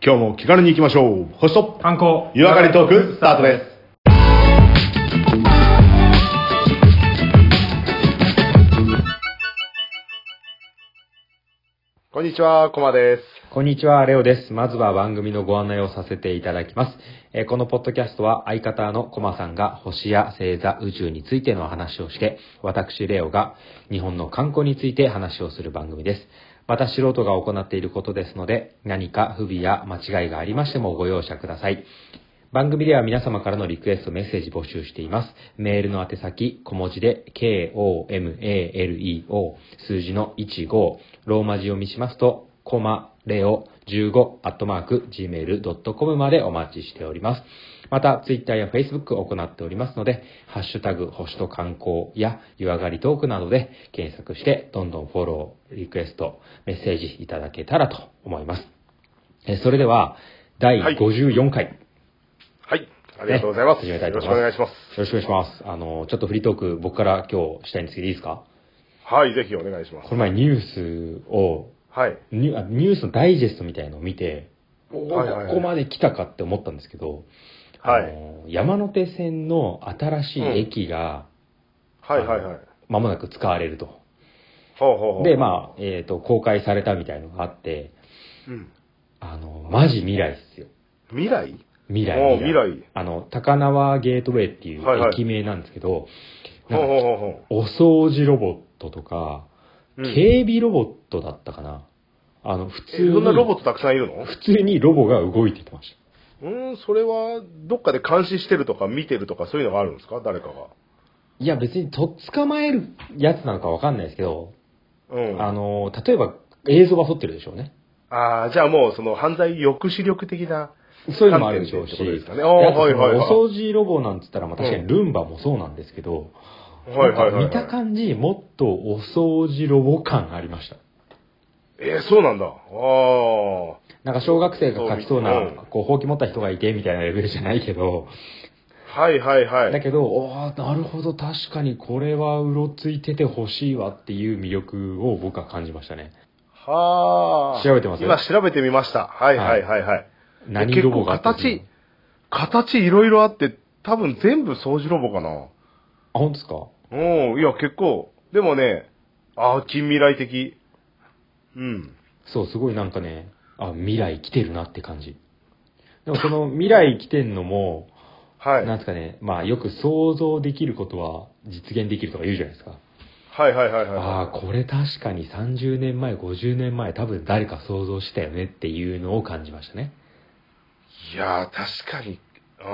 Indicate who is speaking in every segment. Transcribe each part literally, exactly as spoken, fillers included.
Speaker 1: 今日も気軽に行きましょう。星と
Speaker 2: 観光
Speaker 1: 湯上がりトークスタートです。こんにちは、コマです。
Speaker 2: こんにちは、レオです。まずは番組のご案内をさせていただきます。えーこのポッドキャストは相方のコマさんが星や星座、宇宙についての話をして、私レオが日本の観光について話をする番組です。また素人が行っていることですので、何か不備や間違いがありましてもご容赦ください。番組では皆様からのリクエストメッセージ募集しています。メールの宛先、小文字で ケーオーエムエーエルイーオー、数字のじゅうご、ローマ字読みしますと、コマレオじゅうごアットマーク ジーメールドットコム までお待ちしております。また、ツイッターやフェイスブックを行っておりますので、ハッシュタグ、星と観光や湯上がりトークなどで検索して、どんどんフォロー、リクエスト、メッセージいただけたらと思います。えそれでは、だいごじゅうよんかい。
Speaker 1: はい、ありがとうございます。
Speaker 2: ね、始めたいと思います。
Speaker 1: よろしくお願いします。
Speaker 2: よろしくお願いします。あの、ちょっとフリートーク、僕から今日したいんですけど、いいですか？
Speaker 1: はい、ぜひお願いします。
Speaker 2: この前ニュースを、
Speaker 1: はい。
Speaker 2: ニュニュースのダイジェストみたいのを見て、
Speaker 1: はいはいはい、
Speaker 2: ここまで来たかって思ったんですけど、
Speaker 1: はい、
Speaker 2: あの山手線の新しい駅が、
Speaker 1: うん、はいはいはい。
Speaker 2: 間もなく使われると。
Speaker 1: ほうほうほう。
Speaker 2: で、まあ、えっと、公開されたみたいのがあって、
Speaker 1: うん。
Speaker 2: あの、マジ未来っすよ。
Speaker 1: 未来
Speaker 2: 未来。
Speaker 1: 未来。
Speaker 2: あの、高輪ゲートウェイっていう駅名なんですけど、
Speaker 1: はいはい、ほうほうほう。
Speaker 2: お掃除ロボットとか、うん、警備ロボットだったかな。あの、普通に。
Speaker 1: そんなロボットたくさんいるの？
Speaker 2: 普通にロボが動いてました。
Speaker 1: うーん、それは、どっかで監視してるとか見てるとかそういうのがあるんですか？誰かが。
Speaker 2: いや、別にとっ捕まえるやつなのかわかんないですけど、うん。あの、例えば映像は撮ってるでしょうね。
Speaker 1: ああ、じゃあもうその犯罪抑止力的な。
Speaker 2: そういうのもあるでしょうし、
Speaker 1: ね、はいはいはい、
Speaker 2: お掃除ロボなんつったら、まあ、確かにルンバもそうなんですけど、うん、なんか見た感じ、もっとお掃除ロボ感ありました。
Speaker 1: えー、そうなんだ。ああ。
Speaker 2: なんか小学生が書きそうな、うん、こう、ほうき持った人がいてみたいなレベルじゃないけど、
Speaker 1: はいはいはい。
Speaker 2: だけど、おー、なるほど、確かにこれはうろついててほしいわっていう魅力を僕は感じましたね。
Speaker 1: はあ。
Speaker 2: 調べてます？
Speaker 1: 今調べてみました。はいはいはいはい。
Speaker 2: 何ロボがあったんですか？
Speaker 1: 形、形いろいろあって、多分全部掃除ロボかな。あ、
Speaker 2: 本当ですか？
Speaker 1: うん、いや結構、でもね、ああ、近未来的。うん。
Speaker 2: そう、すごいなんかね、あ、未来来てるなって感じ。でもその未来来てんのも、はい。なんですかね、まあよく想像できることは実現できるとか言うじゃないですか。
Speaker 1: はいはいはいはい、はい。
Speaker 2: ああ、これ確かにさんじゅうねんまえ、ごじゅうねんまえ多分誰か想像したよねっていうのを感じましたね。
Speaker 1: いやー、確かに、うん。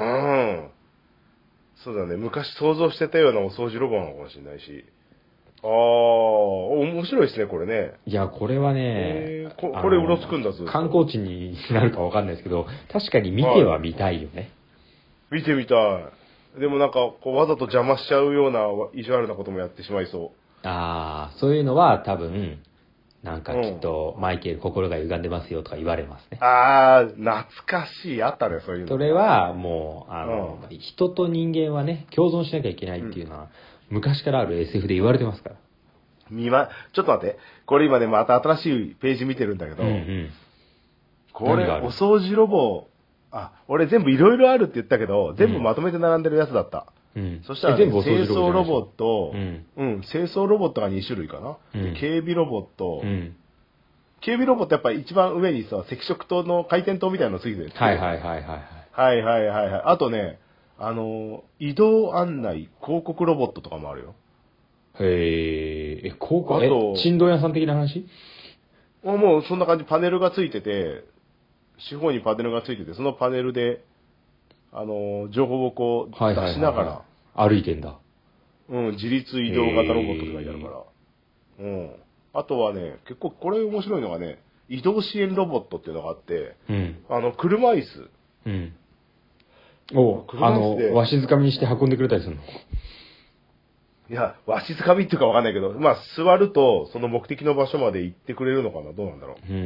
Speaker 1: そうだね、昔想像してたようなお掃除ロボなのかもしれないし。ああ、面白いですね、これね。
Speaker 2: いや、これはね、
Speaker 1: こ, これうろつくんだぞ。
Speaker 2: 観光地になるかわかんないですけど、確かに見ては見たいよね。
Speaker 1: はい、見てみたい。でもなんか、こうわざと邪魔しちゃうような意地悪なこともやってしまいそう。
Speaker 2: ああ、そういうのは多分、なんかきっと、マイケル心が歪んでますよとか言われますね。
Speaker 1: うん、ああ、懐かしい。あったね、そういうの。
Speaker 2: それはもう、あの、うん、人と人間はね、共存しなきゃいけないっていうのは、うん、昔からある エスエフ で言われてますから。
Speaker 1: 見ま、ちょっと待って。これ今ね、また新しいページ見てるんだけど、うんうん、これ、お掃除ロボ、あ、俺全部いろいろあるって言ったけど、全部まとめて並んでるやつだった。うん、そしたら、ね、全部清掃ロボット、うん、うん、清掃ロボットがに種類かな。うん、警備ロボット、うん、警備ロボットやっぱり一番上にさ、赤色灯の回転灯みたいなのついてる。
Speaker 2: はいはいはいはい。
Speaker 1: はいはいはいはい。あとね、あの、移動案内広告ロボットとかもあるよ。
Speaker 2: へえ、広告、あと、振動屋さん的な話？
Speaker 1: もうそんな感じ、パネルがついてて、四方にパネルがついてて、そのパネルで、あの、情報をこう、出しながら、
Speaker 2: 歩いてんだ。
Speaker 1: うん、自立移動型ロボットって書いてあるから。うん。あとはね、結構これ面白いのがね、移動支援ロボットっていうのがあって、うん、あの、車椅子。
Speaker 2: うん。お、あの、わしづかみにして運んでくれたりするの？
Speaker 1: いや、わしづかみっていうかわかんないけど、まあ、座ると、その目的の場所まで行ってくれるのかな？どうなんだろう。うん、うん、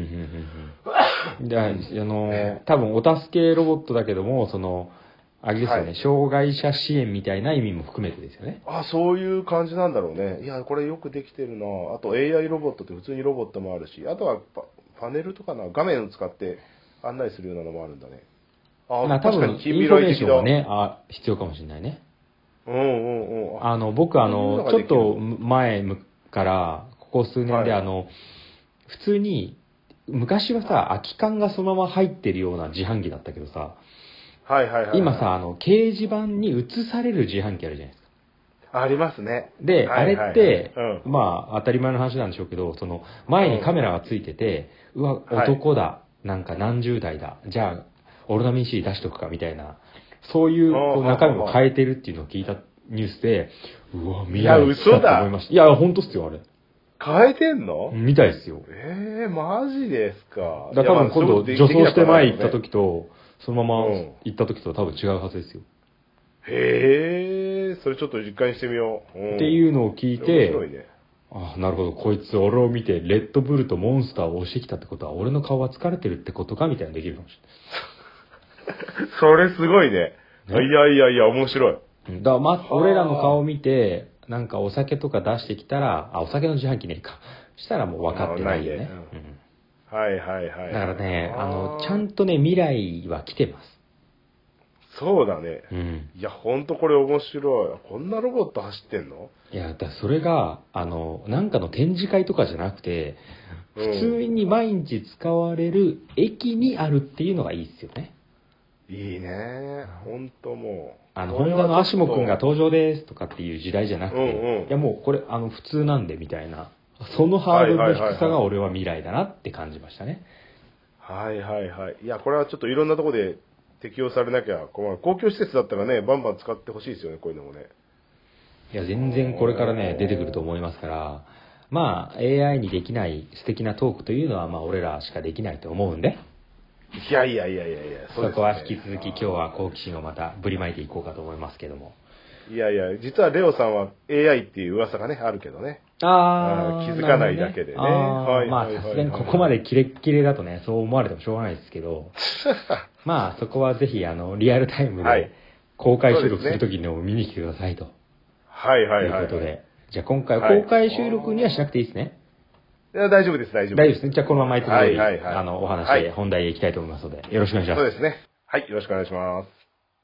Speaker 2: うん。で、あの、多分お助けロボットだけども、その、あれですよね、はい、障害者支援みたいな意味も含めてですよね。
Speaker 1: あ、そういう感じなんだろうね。いや、これよくできてるな。あと エーアイ ロボットって普通にロボットもあるし、あとはパ、パネルとかな、画面を使って案内するようなのもあるんだね。あ、
Speaker 2: まあ、多分、インフォメーションはね、あ、必要かもしれないね。
Speaker 1: うんうんうん。
Speaker 2: あの、僕あの、ちょっと前から、ここ数年で、はい、あの、普通に、昔はさ、空き缶がそのまま入ってるような自販機だったけどさ、
Speaker 1: はいはいはい、はい。
Speaker 2: 今さ、あの、掲示板に映される自販機あるじゃないですか。
Speaker 1: ありますね。
Speaker 2: で、
Speaker 1: はいはいはい、
Speaker 2: あれって、
Speaker 1: うん、
Speaker 2: まあ、当たり前の話なんでしょうけど、その、前にカメラがついてて、うん、うわ、男だ、はい、なんか何十代だ、じゃあ、オロナミン C 出しとくかみたいな、そういうこう中身も変えてるっていうのを聞いたニュースで、うわ、未来だと思いました。いや、嘘だ。いや、ほんとっすよ、あれ。
Speaker 1: 変えてんの？
Speaker 2: みたいですよ。
Speaker 1: ええー、マジですか。
Speaker 2: だから多分今度、女装して前行った時と、そのまま行った時と多分違うはずですよ。
Speaker 1: へえ、それちょっと実感してみよう。
Speaker 2: うん、っていうのを聞いて、面白いね。ああ、なるほど。こいつ俺を見て、レッドブルとモンスターを押してきたってことは、俺の顔は疲れてるってことかみたいなのできるかもし
Speaker 1: れない。それすごいね。ね、いやいやいや、面白い。
Speaker 2: だからま、俺らの顔を見て、なんかお酒とか出してきたら、あ、お酒の自販機ねえか。したらもう分かってないよね。
Speaker 1: うん、はいはいはい。
Speaker 2: だからね、あの、ちゃんとね、未来は来てます。
Speaker 1: そうだね。
Speaker 2: うん。
Speaker 1: いや、ほんとこれ面白い。こんなロボット走ってんの？
Speaker 2: いや、だそれが、あの、なんかの展示会とかじゃなくて、普通に毎日使われる駅にあるっていうのがいいっすよね。
Speaker 1: いいね。ほんともう。
Speaker 2: あの、ホンダのアシモくんが登場ですとかっていう時代じゃなくて、うんうん、いやもうこれ、あの、普通なんでみたいな、そのハードルの低さが俺は未来だなって感じましたね。
Speaker 1: はいはいはい。いや、これはちょっといろんなところで適用されなきゃ困る。公共施設だったらね、バンバン使ってほしいですよね、こういうのもね。
Speaker 2: いや、全然これからね、出てくると思いますから、まあ、エーアイ にできない素敵なトークというのは、まあ、俺らしかできないと思うんで。
Speaker 1: いやいやいやいやいや、
Speaker 2: そ, ね、そこは引き続き今日は好奇心をまたぶりまいていこうかと思いますけども。
Speaker 1: いやいや、実はレオさんは エーアイ っていう噂がね、あるけどね。
Speaker 2: あ
Speaker 1: あ気づかないだけでね。ね
Speaker 2: はい、まあ、さすがにここまでキレッキレだとね、そう思われてもしょうがないですけど、まあ、そこはぜひ、あの、リアルタイムで公開収録するときにも見に来てくださいと。
Speaker 1: はいはいはい。
Speaker 2: ということで、じゃあ今回は公開収録にはしなくていいですね。
Speaker 1: いや、大丈夫です、大丈夫です。
Speaker 2: 大丈夫ですね。じゃあこのままいつも通り、はいはいはい、あの、お話で本題へ行きたいと思いますので、よろしくお願いします。
Speaker 1: そうですね。はい、よろしくお願いします。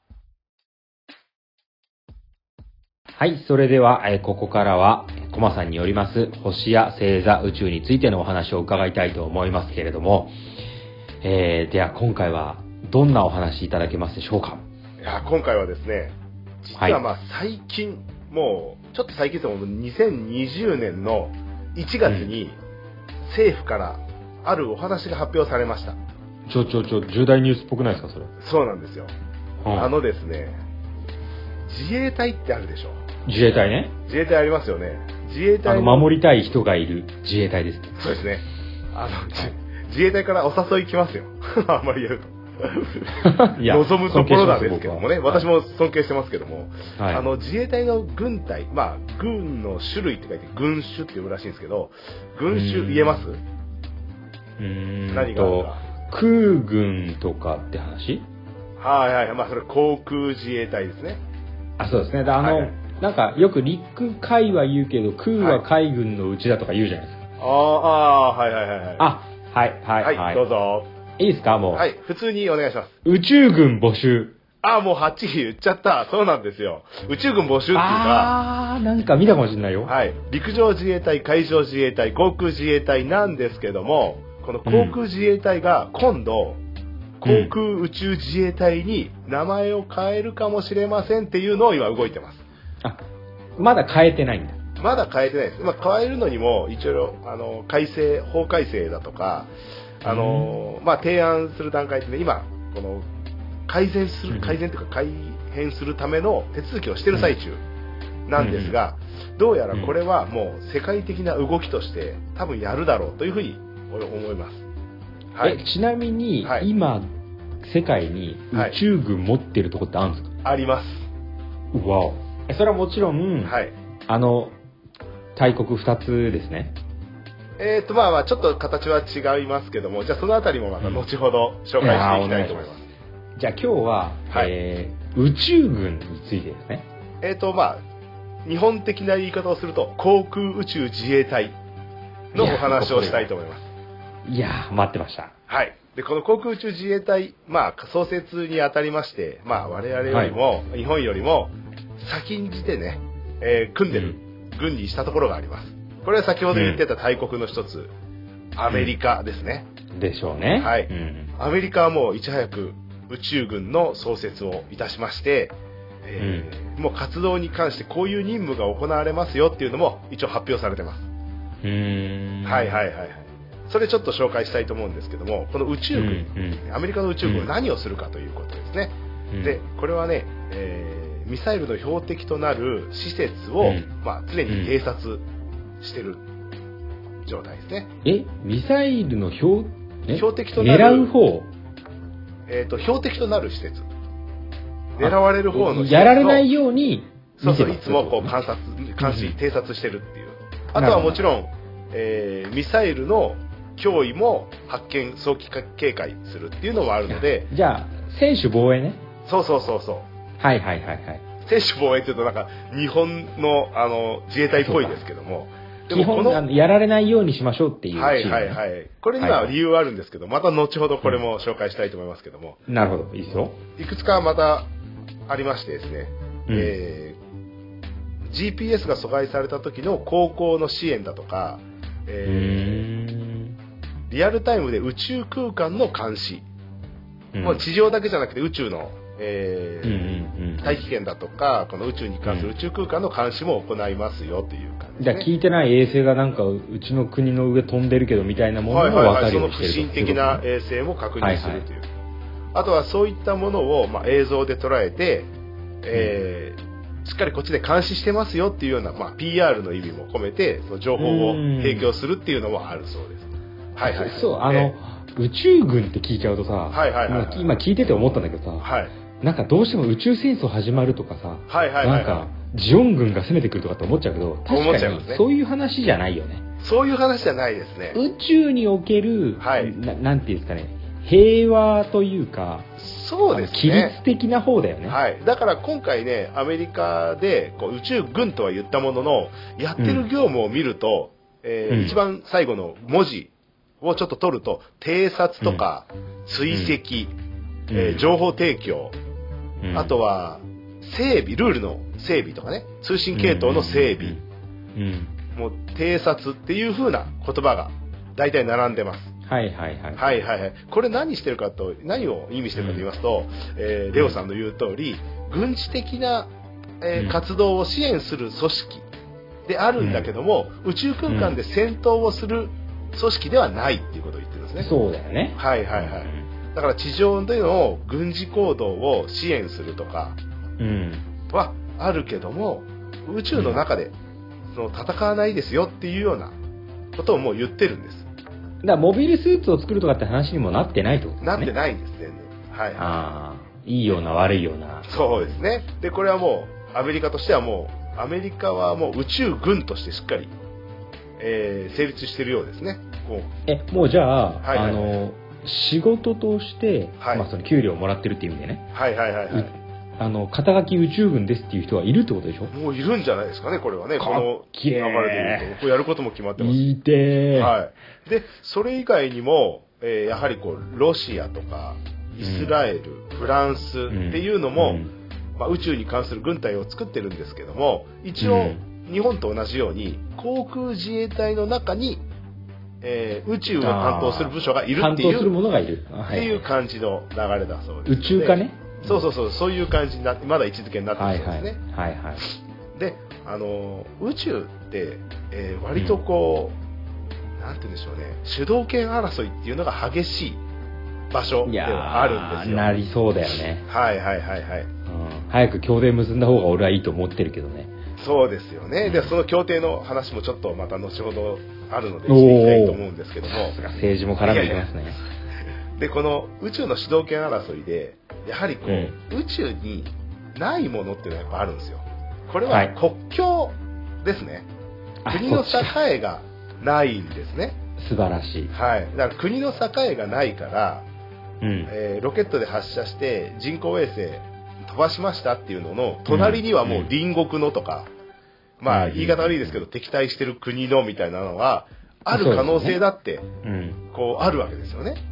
Speaker 2: はい、それでは、えー、ここからは、コマさんによります、星や星座、宇宙についてのお話を伺いたいと思いますけれども、えー、では今回は、どんなお話いただけますでしょうか？
Speaker 1: いや、今回はですね、実はまあ最近、はい、もう、ちょっと最近ですけど、にせんにじゅうねんのいちがつに、政府からあるお話が発表されました。
Speaker 2: ちょちょちょ、重大ニュースっぽくないですか、それ？
Speaker 1: そうなんですよ。うん、あのですね、自衛隊ってあるでしょ。
Speaker 2: 自衛隊ね。
Speaker 1: 自衛隊ありますよね。自衛隊
Speaker 2: のあの守りたい人がいる自衛隊です。
Speaker 1: そうですね。あの、自衛隊からお誘い来ますよ。あんまり言うと。いや望むところなんですけどもね、私も尊敬してますけども、はい、あの自衛隊の軍隊、まあ軍の種類って書いて軍種って呼ぶらしいんですけど、軍種言えます？
Speaker 2: うーん
Speaker 1: 何があるか。
Speaker 2: 空軍とかって話？
Speaker 1: はいはい、まあそれ航空自衛隊ですね。
Speaker 2: あ、そうですね。あの、はい、なんかよく陸海は言うけど空は海軍のうちだとか言うじゃないですか。
Speaker 1: はい、ああ、はいはいはいはい。
Speaker 2: あ、はいはいはい。
Speaker 1: はい、どうぞ。
Speaker 2: いいですか、もう。
Speaker 1: はい、普通にお願いします。
Speaker 2: 宇宙軍募集。
Speaker 1: ああ、もうはっきり言っちゃった。そうなんですよ。宇宙軍募集っていうか。
Speaker 2: ああ、なんか見たかもしれないよ。
Speaker 1: はい。陸上自衛隊、海上自衛隊、航空自衛隊なんですけども、この航空自衛隊が今度、うん、航空宇宙自衛隊に名前を変えるかもしれませんっていうのを今動いてます。
Speaker 2: あ、まだ変えてないんだ。
Speaker 1: まだ変えてないです。まあ、変えるのにも一応あの改正法改正だとか。あのー、まあ、提案する段階でね、今、この、改善する、改善というか改変するための手続きをしている最中なんですが、どうやらこれはもう世界的な動きとして多分やるだろうというふうに思います。
Speaker 2: はい、え、ちなみに、はい、今、世界に宇宙軍持ってるとこってあるんですか？
Speaker 1: あります。
Speaker 2: うわお。それはもちろん、はい、あの、大国ふたつですね。
Speaker 1: えーとまあまあちょっと形は違いますけども、じゃあそのあたりもまた後ほど紹介していきたいと思います。
Speaker 2: うん、じゃあ今日は、はい、えー、宇宙軍についてですね。
Speaker 1: えーとまあ日本的な言い方をすると航空宇宙自衛隊のお話をしたいと思います。
Speaker 2: いやー、待ってました。
Speaker 1: はい。 で、この航空宇宙自衛隊、まあ、創設にあたりまして、まあ、我々よりも、はい、日本よりも、先んじてね、えー、組んでる、軍にしたところがあります。これは先ほど言ってた大国の一つ、うん、アメリカですね。
Speaker 2: でしょうね。
Speaker 1: はい。うん、アメリカはもういち早く宇宙軍の創設をいたしまして、えーうん、もう活動に関してこういう任務が行われますよっていうのも一応発表されてます。
Speaker 2: うーん。
Speaker 1: はいはいはいはい。それちょっと紹介したいと思うんですけども、この宇宙軍、うんうん、アメリカの宇宙軍は何をするかということですね。うん、で、これはね、えー、ミサイルの標的となる施設を、うん、まあ、常に偵察してる状態ですね。
Speaker 2: え、ミサイルの標、
Speaker 1: 標的となる
Speaker 2: 狙う方、
Speaker 1: えっと、標的となる施設。狙われる方の施設を
Speaker 2: やられないように
Speaker 1: そうそう、いつもこう観察、監視、偵察してるっていう。あとはもちろん、えー、ミサイルの脅威も発見、早期警戒するっていうのもあるので。
Speaker 2: じゃあ、専守防衛ね。
Speaker 1: そうそうそうそう。
Speaker 2: はいはいはいはい。
Speaker 1: 専守防衛っていうとなんか、日本のあの自衛隊っぽいですけども。
Speaker 2: でも基本あの、やられないようにしましょうっていう、ね。
Speaker 1: はいはいはい。これには理由はあるんですけど、また後ほどこれも紹介したいと思いますけども。
Speaker 2: うん、なるほど、いいですよ。
Speaker 1: いくつかまたありましてですね。うん、えー、ジーピーエス が阻害された時の航行の支援だとか、えー、リアルタイムで宇宙空間の監視、うん、もう地上だけじゃなくて宇宙の、えーうんうんうん、大気圏だとかこの宇宙に関する宇宙空間の監視も行いますよという感じですね。
Speaker 2: じゃあ聞いてない衛星がなんかうちの国の上飛んでるけどみたいなものも分かるようにしてる、
Speaker 1: その不審的な衛星も確認するという、はいはい、あとはそういったものを、まあ、映像で捉えて、えー、しっかりこっちで監視してますよっていうような、まあ、ピーアール の意味も込めてその情報を提供するっていうのもあるそうです。はいはい、
Speaker 2: そう、あの、えー、宇宙軍って聞いちゃうとさ、
Speaker 1: はいはいはいはい、
Speaker 2: 今聞いてて思ったんだけどさ、はい、なんかどうしても宇宙戦争始まるとかさ、はいはいはいはい、なんかジオン軍が攻めてくるとかって思っちゃうけど、確かにそういう話じゃないよね。
Speaker 1: そういう話じゃないですね。
Speaker 2: 宇宙における、はい、な, なんていうんですかね、平和というか、
Speaker 1: そうですね、
Speaker 2: 規律的な方だよね。
Speaker 1: はい。だから今回ね、アメリカでこう宇宙軍とは言ったものの、やってる業務を見ると、うん、えーうん、一番最後の文字をちょっと取ると、偵察とか、追跡、うんえー、情報提供、うん、あとは整備、ルールの整備とかね、通信系統の整備、うんうん、もう偵察っていう風な言葉が大体並んでます。
Speaker 2: はいはいはい。
Speaker 1: はいはいはい。これ何してるかと、何を意味してるかと言いますと、うんえー、レオさんの言う通り、軍事的な、えー、活動を支援する組織であるんだけども、うん、宇宙空間で戦闘をする組織ではないっていうことを言ってるんですね。
Speaker 2: そうだよね。
Speaker 1: はいはいはい。だから地上での軍事行動を支援するとかはあるけども、宇宙の中でその戦わないですよっていうようなことをもう言ってるんです。
Speaker 2: だからモビルスーツを作るとかって話にもなってないってことですね。
Speaker 1: なってないんですね。はい。
Speaker 2: ああ、いいような悪いような。
Speaker 1: そうですね。でこれはもうアメリカとしてはもうアメリカはもう宇宙軍としてしっかり、えー、成立しているようですね。
Speaker 2: こうえもうじゃあ、はいはいはい、あの仕事として、はいまあ、その給料をもらってるっていう意味でね。
Speaker 1: はいはいはい、はい。
Speaker 2: あの肩書き宇宙軍ですっていう人はいるってことでしょ。
Speaker 1: もういるんじゃないですかねこれはね。
Speaker 2: かっけー。
Speaker 1: この流れでいうとこうやることも決まってます。
Speaker 2: いいてー。
Speaker 1: はい。でそれ以外にも、えー、やはりこうロシアとかイスラエル、うん、フランスっていうのも、うんまあ、宇宙に関する軍隊を作ってるんですけども一応、うん、日本と同じように航空自衛隊の中に、えー、宇宙を担当する部署がいるっていう
Speaker 2: 担当する者がいる、
Speaker 1: はい、っていう感じの流れだそうです。
Speaker 2: 宇宙化ね。
Speaker 1: そうそうそうそういう感じになってまだ位置づけになってるそうですね。
Speaker 2: はいはい。はいはい、
Speaker 1: であの宇宙って、えー、割とこう、うん、なんて言うんでしょうね主導権争いっていうのが激しい場所ではあるんですよ。
Speaker 2: なりそうだよね。
Speaker 1: はいはいはいはい、うん、
Speaker 2: 早く協定結んだ方が俺はいいと思ってるけどね。
Speaker 1: そうですよね。でその協定の話もちょっとまた後ほどあるのでしていきたいと思うんですけども、
Speaker 2: 政治も絡んでいきますね。
Speaker 1: でこの宇宙の主導権争いでやはりこう、うん、宇宙にないものっていうのがやっぱあるんですよ。これは国境ですね、はい、国の境がないんですね。
Speaker 2: 素晴らしい。
Speaker 1: はい、だから国の境がないから、うんえー、ロケットで発射して人工衛星飛ばしましたっていうのの隣にはもう隣国のとか、うん、まあ言い方悪いですけど、うん、敵対してる国のみたいなのがある可能性だって、うん、こうあるわけですよね。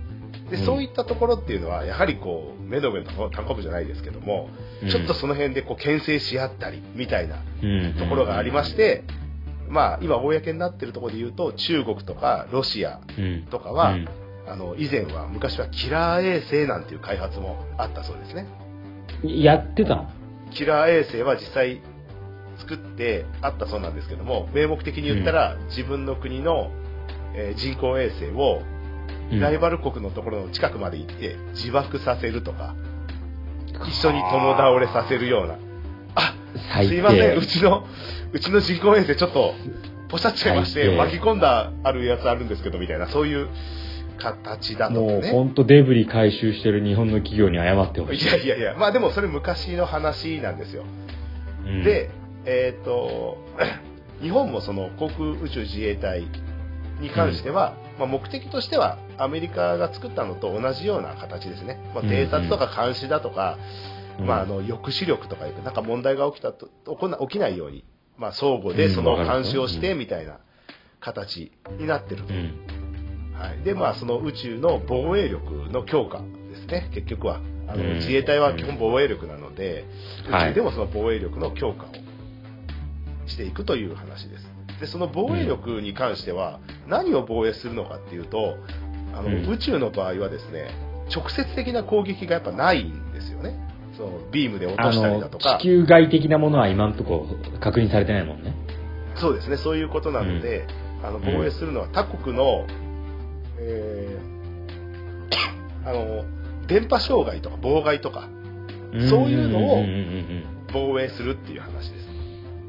Speaker 1: で、うん、そういったところっていうのはやはりこう目の上の高ぶじゃないですけども、うん、ちょっとその辺でこう牽制し合ったりみたいなところがありまして、うん、まあ今公になってるところで言うと中国とかロシアとかは、うん、あの以前は昔はキラー衛星なんていう開発もあったそうですね。
Speaker 2: やってたの？
Speaker 1: キラー衛星は実際作ってあったそうなんですけども、名目的に言ったら、うん、自分の国の、えー、人工衛星をライバル国のところの近くまで行って自爆させるとか、うん、一緒に共倒れさせるような、あ、すいません、うちのうちの人工衛星ちょっとポシャっちゃいまして巻き込んだあるやつあるんですけどみたいな、そういう形だとね。
Speaker 2: もう本当デブリ回収してる日本の企業に謝ってほしい。
Speaker 1: いやいやいや、まあでもそれ昔の話なんですよ。うん、で、えっと日本もその航空宇宙自衛隊に関しては、うん、まあ、目的としてはアメリカが作ったのと同じような形ですね。まあ、偵察とか監視だとか、うん、まあ、あの抑止力とかいうなんか問題が起きたと起きないように、まあ、相互でその監視をしてみたいな形になってると。うん、はい、で、まあ、その宇宙の防衛力の強化ですね。結局はあの、うん、自衛隊は基本防衛力なので、うん、宇宙でもその防衛力の強化をしていくという話です。で、その防衛力に関しては何を防衛するのかっていうと、あの、うん、宇宙の場合はですね、直接的な攻撃がやっぱないんですよね。そのビームで落としたりだとか、
Speaker 2: 地球外的なものは今のところ確認されてないもんね。
Speaker 1: そうですね、そういうことなので、うん、あの防衛するのは他国の、えー、あの電波障害とか妨害とか、そういうのを防衛するっていう話です。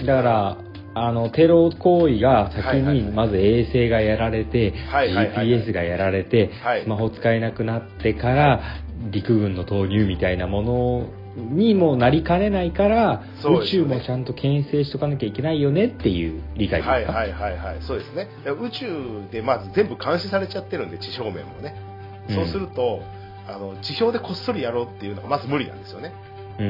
Speaker 2: だからあのテロ行為が先にまず衛星がやられて、はいはいはい、ジーピーエス がやられて、はい、スマホ使えなくなってから陸軍の投入みたいなものにもなりかねないから、ね、宇宙もちゃんと牽制しとかなきゃいけないよねっていう理解ですか？
Speaker 1: はいはいはいはい、そうですね。宇宙でまず全部監視されちゃってるんで、地表面もね、うん、そうするとあの地表でこっそりやろうっていうのがまず無理なんですよね。うんうん、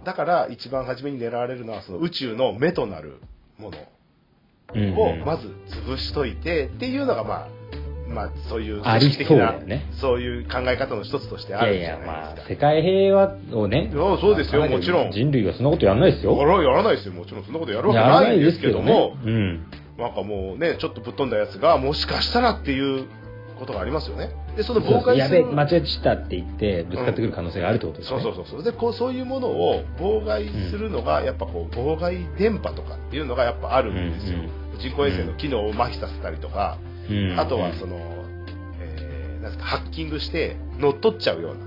Speaker 1: だから一番初めに狙われるのはその宇宙の目となるものをまず潰しといてっていうのが、まあまあそういう組織的なそういう考え方の一つとしてあるじゃないですか。いやいや、まあ
Speaker 2: 世界平和をね、
Speaker 1: そうですよ、もちろん
Speaker 2: 人類はそんなことやらないですよ。
Speaker 1: やらやらないですよ、もちろんそんなことやるわけないんですけども、うん、なんかもうね、ちょっとぶっ飛んだやつがもしかしたらっていうことがありますよね。で、その妨害する、
Speaker 2: やべえ間違えちったって言ってぶつかってくる可能性があるってことですね。
Speaker 1: うん、そうそうそう。で、こうそういうものを妨害するのがやっぱこう妨害電波とかっていうのがやっぱあるんですよ。うんうん、人工衛星の機能を麻痺させたりとか、うん、あとはその、えー、なんですか、ハッキングして乗っ取っちゃうよう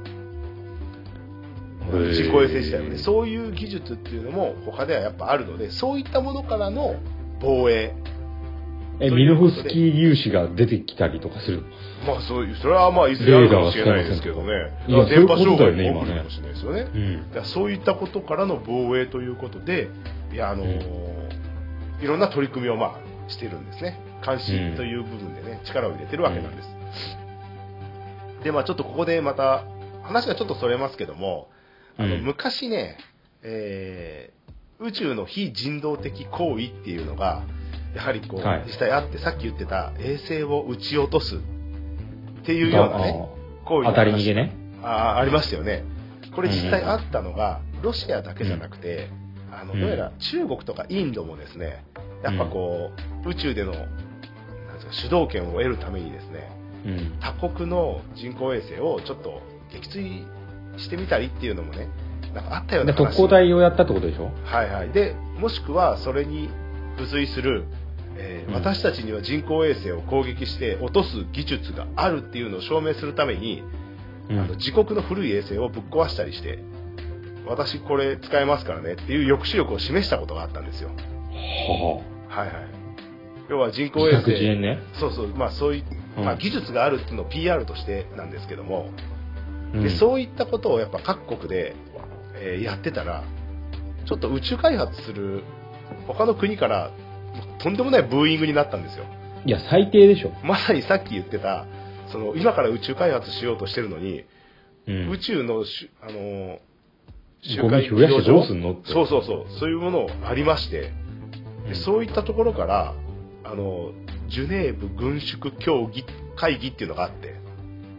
Speaker 1: な人工衛星自体はね、そういう技術っていうのも他ではやっぱあるので、そういったものからの防衛。
Speaker 2: え、ミノフスキー粒子が出てきたりとかする？
Speaker 1: まあそういう、それはまあいずれあるかもしれないですけどね。
Speaker 2: いや、電波障害が起こるか
Speaker 1: もしれないですよね。うん、だからそういったことからの防衛ということで、いや、あのーうん、いろんな取り組みをまあしてるんですね。監視という部分でね、うん、力を入れてるわけなんです。うん、で、まあちょっとここでまた話がちょっとそれますけども、あの、うん、昔ね、えー、宇宙の非人道的行為っていうのがやはりこう、はい、実際あって、さっき言ってた衛星を撃ち落とすっていうようなね行為が
Speaker 2: 当たり逃げね
Speaker 1: あ, ありましたよね。これ実際あったのがロシアだけじゃなくて、うん、あのどうやら中国とかインドもですね、やっぱこう、うん、宇宙でのなんですか主導権を得るためにですね、うん、他国の人工衛星をちょっと撃墜してみたりっていうのもね、なんかあったような話。
Speaker 2: 特攻隊をやったってことでしょ？
Speaker 1: はいはい。で、もしくはそれに付随するえーうん、私たちには人工衛星を攻撃して落とす技術があるっていうのを証明するために、うん、あの自国の古い衛星をぶっ壊したりして、私これ使えますからねっていう抑止力を示したことがあったんですよ。はあ、はいはい。要は人工衛星、
Speaker 2: ね、
Speaker 1: そうそう、まあそういう、まあ、技術があるっていうのを ピーアール としてなんですけども、うん、でそういったことをやっぱ各国で、えー、やってたら、ちょっと宇宙開発する他の国からとんでもないブーイングになったんですよ。
Speaker 2: いや最低でしょ。
Speaker 1: まさにさっき言ってた、その今から宇宙開発しようとしてるのに、うん、宇宙のあの
Speaker 2: 周回軌道上、
Speaker 1: そうそうそう、そういうものありまして、うん、でそういったところからあのジュネーブ軍縮協議会議っていうのがあって、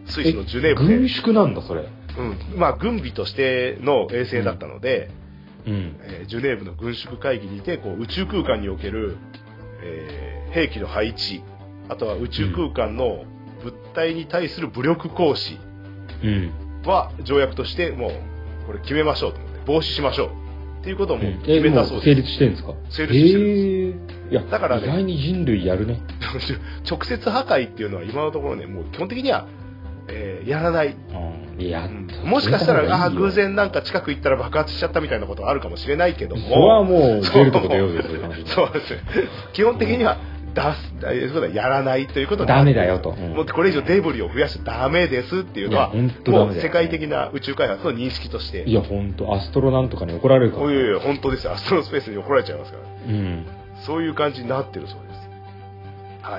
Speaker 1: スイスのジュネーブで。
Speaker 2: 軍縮なんだ、それ。
Speaker 1: うん。まあ、軍備としての衛星だったので、
Speaker 2: うん
Speaker 1: えー、ジュネーブの軍縮会議にて、こう、宇宙空間における、えー、兵器の配置、あとは宇宙空間の物体に対する武力行使は条約としてもう、これ決めましょうと思って、防止しましょうっていうことをもう決めたそうです。
Speaker 2: うん、成立してるんですか？
Speaker 1: 成立してるんです。
Speaker 2: いや、だからね、意外に人類やるね。
Speaker 1: 直接破壊っていうのは今のところね、もう基本的には、えー、やらない。
Speaker 2: うん、いや、うん、
Speaker 1: もしかしたら、いいあ偶然なんか近く行ったら爆発しちゃったみたいなことはあるかもしれないけども。
Speaker 2: それはもう出るとこ出ようですよ。
Speaker 1: そうですね。基本的には出す、そうだ、やらないということ
Speaker 2: ダメだよと。
Speaker 1: うん、もうこれ以上デブリを増やしちゃダメですっていうのは、もう世界的な宇宙開発の認識として。
Speaker 2: いや、本当アストロなんとかに怒られるから、
Speaker 1: ね。いやいや、本当ですよ。アストロスペースに怒られちゃいますから。
Speaker 2: うん。
Speaker 1: そういう感じになってるそうです。はい。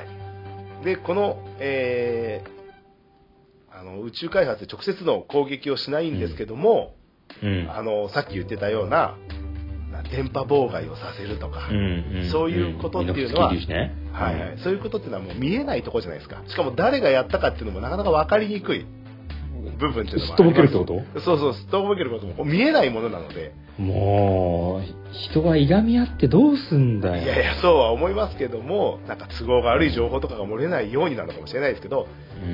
Speaker 1: で、この、えー、あの宇宙開発で直接の攻撃をしないんですけども、
Speaker 2: うん、
Speaker 1: あのさっき言ってたような電波妨害をさせるとか、
Speaker 2: うんうん、
Speaker 1: そういうことっていうのは、
Speaker 2: うんね、
Speaker 1: はいはい、そういうことっていうのはもう見えないところじゃないですか。しかも誰がやったかっていうのもなかなか分かりにくい部分っていうのもあります。
Speaker 2: すっとぼけるってこと？
Speaker 1: そうそう、すっとぼけることも見えないものなので。
Speaker 2: もう人がいがみ合ってどうすんだよ。
Speaker 1: いやいや、そうは思いますけども、なんか都合が悪い情報とかが漏れないようになるのかもしれないですけど、
Speaker 2: うん、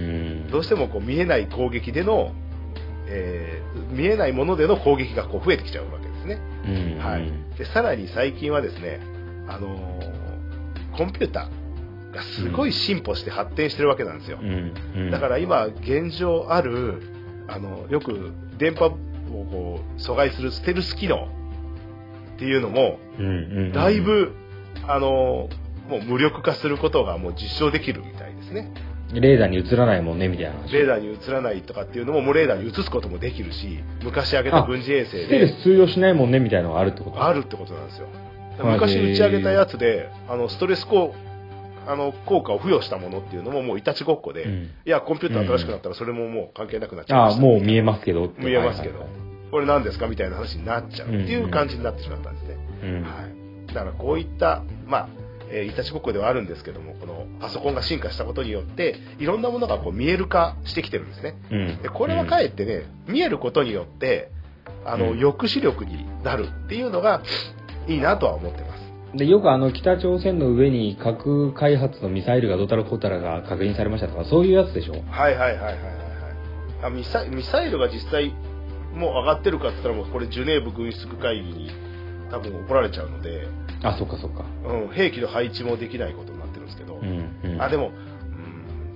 Speaker 1: どうしてもこう見えない攻撃での、えー、見えないものでの攻撃がこう増えてきちゃうわけですね。
Speaker 2: うん、
Speaker 1: はい。でさらに最近はですね、あのー、コンピューターがすごい進歩して発展してるわけなんですよ。
Speaker 2: うんうん、
Speaker 1: だから今現状あるあのよく電波をこう阻害するステルス機能っていうのも、
Speaker 2: うんうんうん、
Speaker 1: だいぶあのもう無力化することがもう実証できるみたいですね。
Speaker 2: レーダーに映らないもんねみたいな。
Speaker 1: レーダーに映らないとかっていうのももうレーダーに映すこともできるし、昔上げた軍事衛星で
Speaker 2: ステルス通用しないもんねみたいなのがあるってこと
Speaker 1: あるってことなんですよ。昔打ち上げたやつであのストレス効あの効果を付与したものっていうのももういたちごっこで、うん、いやコンピューター新しくなったらそれももう関係なくなっちゃいました、
Speaker 2: ね、ああもう見えますけどって
Speaker 1: 見えますけど、はいはいはい、これ何ですかみたいな話になっちゃうっていう感じになってしまったんですね、
Speaker 2: うん
Speaker 1: はい、だからこういったまあえー、いたちごっこではあるんですけども、このパソコンが進化したことによっていろんなものがこう見える化してきてるんですね、
Speaker 2: うん、
Speaker 1: でこれはかえってね、見えることによってあの、うん、抑止力になるっていうのがいいなとは思ってます。
Speaker 2: でよくあの北朝鮮の上に核開発のミサイルがどたらこたらが確認されましたとかそういうやつでしょ。
Speaker 1: はいはいはいはいはい、あミサミサイルが実際もう上がってるかって言ったらもうこれジュネーブ軍縮会議に多分怒られちゃうので、
Speaker 2: あそっかそっか、
Speaker 1: うん、兵器の配置もできないことになってるんですけど、
Speaker 2: うんうん、
Speaker 1: あでも、うん、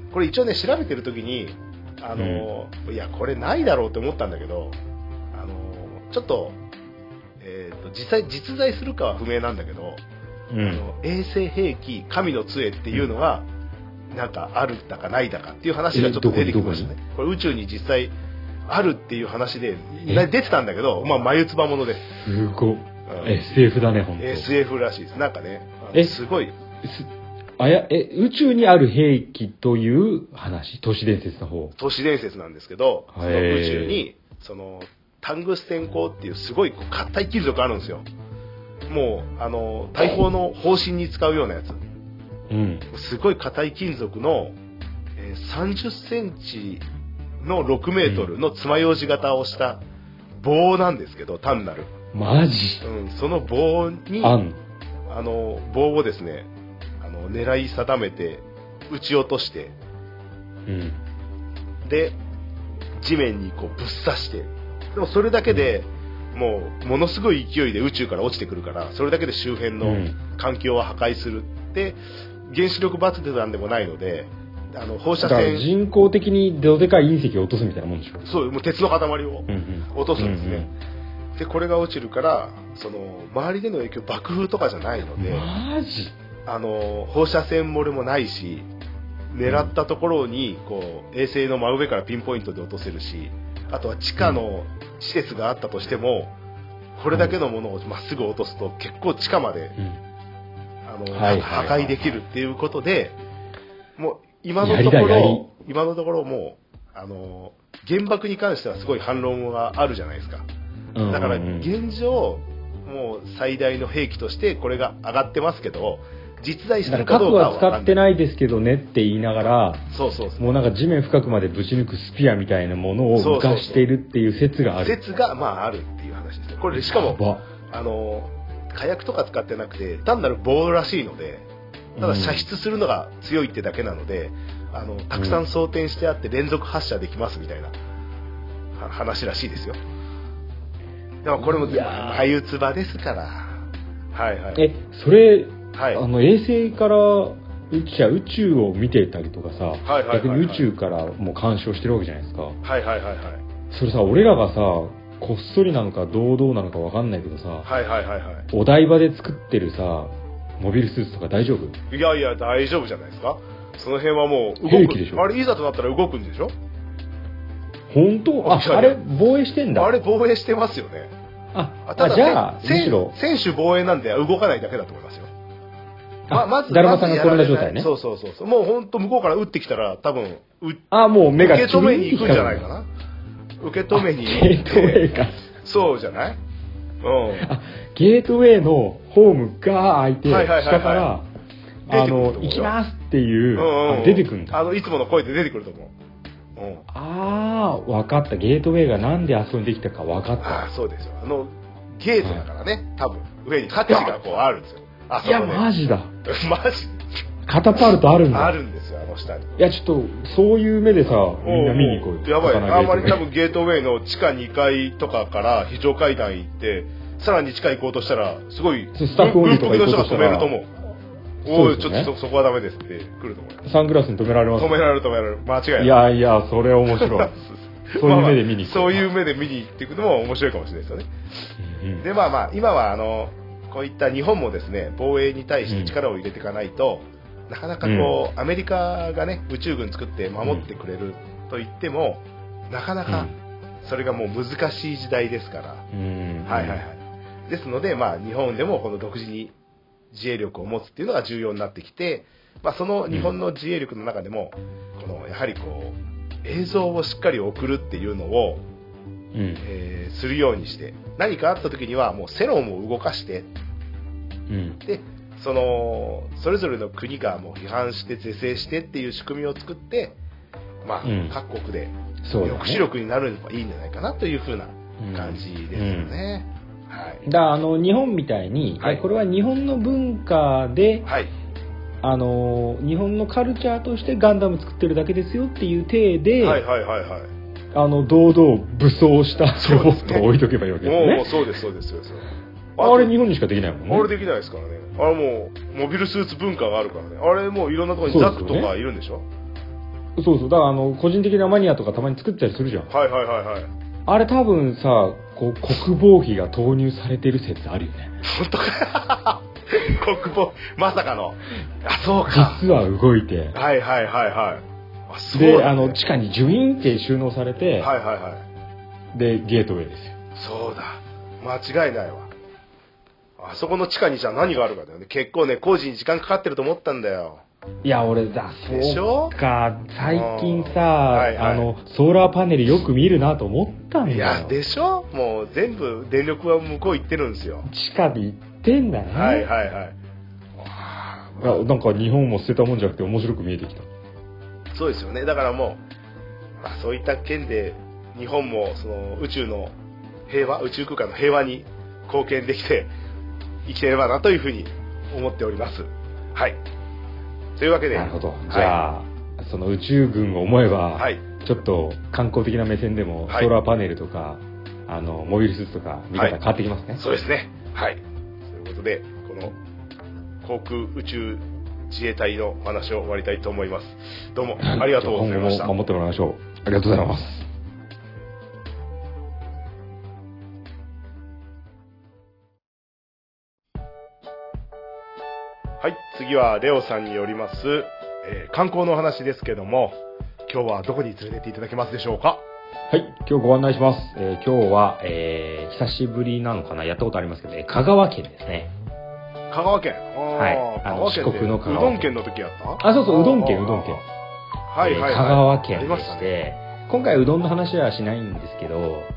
Speaker 1: これ一応ね調べてる時にあの、うん、いやこれないだろうって思ったんだけど、あのちょっとえー、と実際実在するかは不明なんだけど、
Speaker 2: うん、
Speaker 1: あの衛星兵器神の杖っていうのが、うん、なんかあるだかないだかっていう話がちょっと出てきましたね。これ宇宙に実際あるっていう話で出てたんだけど、まあ眉唾物です。
Speaker 2: すごい、うん、エスエフ だね本当。
Speaker 1: エスエフ らしいです。なんかね、すごい
Speaker 2: あやえ宇宙にある兵器という話、都市伝説の方。
Speaker 1: 都市伝説なんですけど、その宇宙にそのタングステン鋼っていうすごい硬い金属あるんですよ。もうあの大砲の砲身に使うようなやつ、
Speaker 2: うん、
Speaker 1: すごい硬い金属の、えー、さんじゅっセンチのろくメートルの爪楊枝型をした棒なんですけど、単なる
Speaker 2: マジ、
Speaker 1: うん、その棒に
Speaker 2: あん
Speaker 1: あの棒をですねあの狙い定めて撃ち落として、
Speaker 2: うん、
Speaker 1: で地面にこうぶっ刺して、でもそれだけで、うん、もうものすごい勢いで宇宙から落ちてくるから、それだけで周辺の環境を破壊するって、うん、原子力爆弾でもないので、あの放射線
Speaker 2: 人工的にどでかい隕石を落とすみたいなもんでしょ。
Speaker 1: そう、もう鉄の塊を落とすんですね、うんうん、でこれが落ちるからその周りでの影響爆風とかじゃないので、
Speaker 2: マジ
Speaker 1: あの放射線漏れもないし、狙ったところにこう衛星の真上からピンポイントで落とせるし、あとは地下の施設があったとしても、これだけのものをまっすぐ落とすと結構地下まで、うん、あの、はいはいはい、破壊できるっていうことで、もう今のところ今のところもうあの原爆に関してはすごい反論があるじゃないですか。だから現状もう最大の兵器としてこれが上がってますけど、 実在するかどうかは分かんない。
Speaker 2: 核は使ってないですけどねって言いながら、
Speaker 1: そうそうそう、
Speaker 2: もうなんか地面深くまでぶち抜くスピアみたいなものを浮かしているっていう説がある。
Speaker 1: そうそうそう、説がまああるっていう話ですね。これしかもあの火薬とか使ってなくて単なる棒らしいので、ただ射出するのが強いってだけなので、あのたくさん装填してあって連続発射できますみたいな話らしいですよ。でもこれも眉唾ですから。はいはい。
Speaker 2: え、それ、
Speaker 1: はい、
Speaker 2: あの衛星から宇宙、宇宙を見てたりとかさ、はいはいはいはい、逆に宇宙からもう干渉してるわけじゃないですか。
Speaker 1: はいはいはいはい。
Speaker 2: それさ、俺らがさ、こっそりなのか堂々なのか分かんないけどさ、
Speaker 1: はいはいはいはい、
Speaker 2: お台場で作ってるさ、モビルスーツとか大丈夫？
Speaker 1: いやいや大丈夫じゃないですか。その辺はもう動く。
Speaker 2: 兵器でしょ。
Speaker 1: あれいざとなったら動くんでしょ。
Speaker 2: 本当？あ、あれ防衛してんだ。
Speaker 1: あれ防衛してますよね。
Speaker 2: あ、ただじゃあむしろ
Speaker 1: 選手防衛なんで動かないだけだと思いますよ。ままず
Speaker 2: だるまさんが転んだ状態ね。
Speaker 1: そうそうそうそう。もう本当向こうから撃ってきたら多分
Speaker 2: あ、もう目が
Speaker 1: 受け止めに行くんじゃないかな。受け止めに行って。
Speaker 2: ゲートウェイか。
Speaker 1: そうじゃない？うん。
Speaker 2: あ、ゲートウェイのホームが開いて、はいはいはいはい、下からあの行きますっていう、うんうん、出てくるんだ。
Speaker 1: あのいつもの声で出てくると思う。
Speaker 2: うん、ああ、分かった。ゲートウェイがなんであそこにできたか分かった。
Speaker 1: あ、そうですよ。あのゲートだからね、うん、多分上にハッチがこうあるんですよ。あそこ、ね、
Speaker 2: いやマジだ。
Speaker 1: マジ。
Speaker 2: カタパルトあるんだ。
Speaker 1: あるんですよ、あの下に。い
Speaker 2: やちょっとそういう目でさ、みんな見に行こうよ。
Speaker 1: やばい。あんまり多分ゲートウェイの地下にかいとかから非常階段行ってさらに地下行こうとしたらすごい
Speaker 2: スタッフオンリーとか行こうとしたら
Speaker 1: 止めると思う。おい、ちょっと そ, そこはダメですって来ると思う。
Speaker 2: サングラスに止められます。
Speaker 1: 止められる止められる。間違いない。
Speaker 2: いやいや、それ面白い。そういう目で見に行く、
Speaker 1: まあまあ、そういう目で見に行っていくのも面白いかもしれないですよね。うん、でまあまあ今はあのこういった日本もですね防衛に対して力を入れていかないと、うん、なかなかこう、うん、アメリカがね宇宙軍作って守ってくれると言っても、うん、なかなかそれがもう難しい時代ですから、うん、はいはいはい。ですのでまあ日本でもこの独自に自衛力を持つっていうのが重要になってきて、まあ、その日本の自衛力の中でも、うん、このやはりこう映像をしっかり送るっていうのを、うんえー、するようにして何かあった時にはもう世論を動かして、うん、でそのそれぞれの国がもう批判して是正してっていう仕組みを作って、まあうん、各国で抑止力になるのがいいんじゃないかなというふうな感じですよね。うんはい、
Speaker 2: だあの日本みたいに、はい、これは日本の文化で、はい、あの日本のカルチャーとしてガンダム作ってるだけですよっていう体で、はいはいはいはい、あの堂々武装したロボットを置いとけばいいわけですね。
Speaker 1: もうそうですそうですそうです。
Speaker 2: あ, あれ日本にしかできないもんね。
Speaker 1: あれできないですからね。あれもうモビルスーツ文化があるからね。あれもういろんなところにザクとかいるんでしょ。
Speaker 2: そうそう、だからあの個人的なマニアとかたまに作ったりするじゃん。
Speaker 1: はいはいはいはい。
Speaker 2: あれ多分さ、こう国防費が投入されてる説あるよね。
Speaker 1: 本当か。国防まさかの。あ、そうか。
Speaker 2: 実は動いて。
Speaker 1: はいはいはいはい。
Speaker 2: あ、そうだね。で、あの地下にジュインって収納されて。
Speaker 1: はいはいはい。
Speaker 2: でゲートウェイですよ。
Speaker 1: そうだ。間違いないわ。あそこの地下にじゃ何があるかだよね。結構ね工事に時間かかってると思ったんだよ。
Speaker 2: いや俺だそうか最近さ、はいはい、あのソーラーパネルよく見るなと思ったんだよ。
Speaker 1: いやでしょ。もう全部電力は向こう行ってるんですよ。
Speaker 2: 地下で行ってんだね。
Speaker 1: はいはいはい。
Speaker 2: いやなんか日本も捨てたもんじゃなくて面白く見えてきた。
Speaker 1: そうですよね。だからもう、まあ、そういった件で日本もその宇宙の平和宇宙空間の平和に貢献できて生きていればなというふうに思っております。はい。というわけで、
Speaker 2: なるほど。じゃあ、はい、その宇宙軍を思えば、はい、ちょっと観光的な目線でも、はい、ソーラーパネルとかあのモビルスーツとか見方変わってきますね。
Speaker 1: はい、そうですね。はい。ということでこの航空宇宙自衛隊のお話を終わりたいと思います。どうもありがとうございました。
Speaker 2: 今後も守ってもらいましょう。ありがとうございます。
Speaker 1: はい、次はレオさんによります、えー、観光のお話ですけども、今日はどこに連れてっていただけますでしょうか。
Speaker 2: はい、今日ご案内します。えー、今日は、えー、久しぶりなのかな、やったことありますけど、えー、香川県ですね。
Speaker 1: 香川県。
Speaker 2: はい。あの四国の香川県。
Speaker 1: うどん県の時やった？
Speaker 2: あ、そうそう、うどん県、うどん県。
Speaker 1: はいはいはい。
Speaker 2: 香川県でして、ね、今回うどんの話はしないんですけど、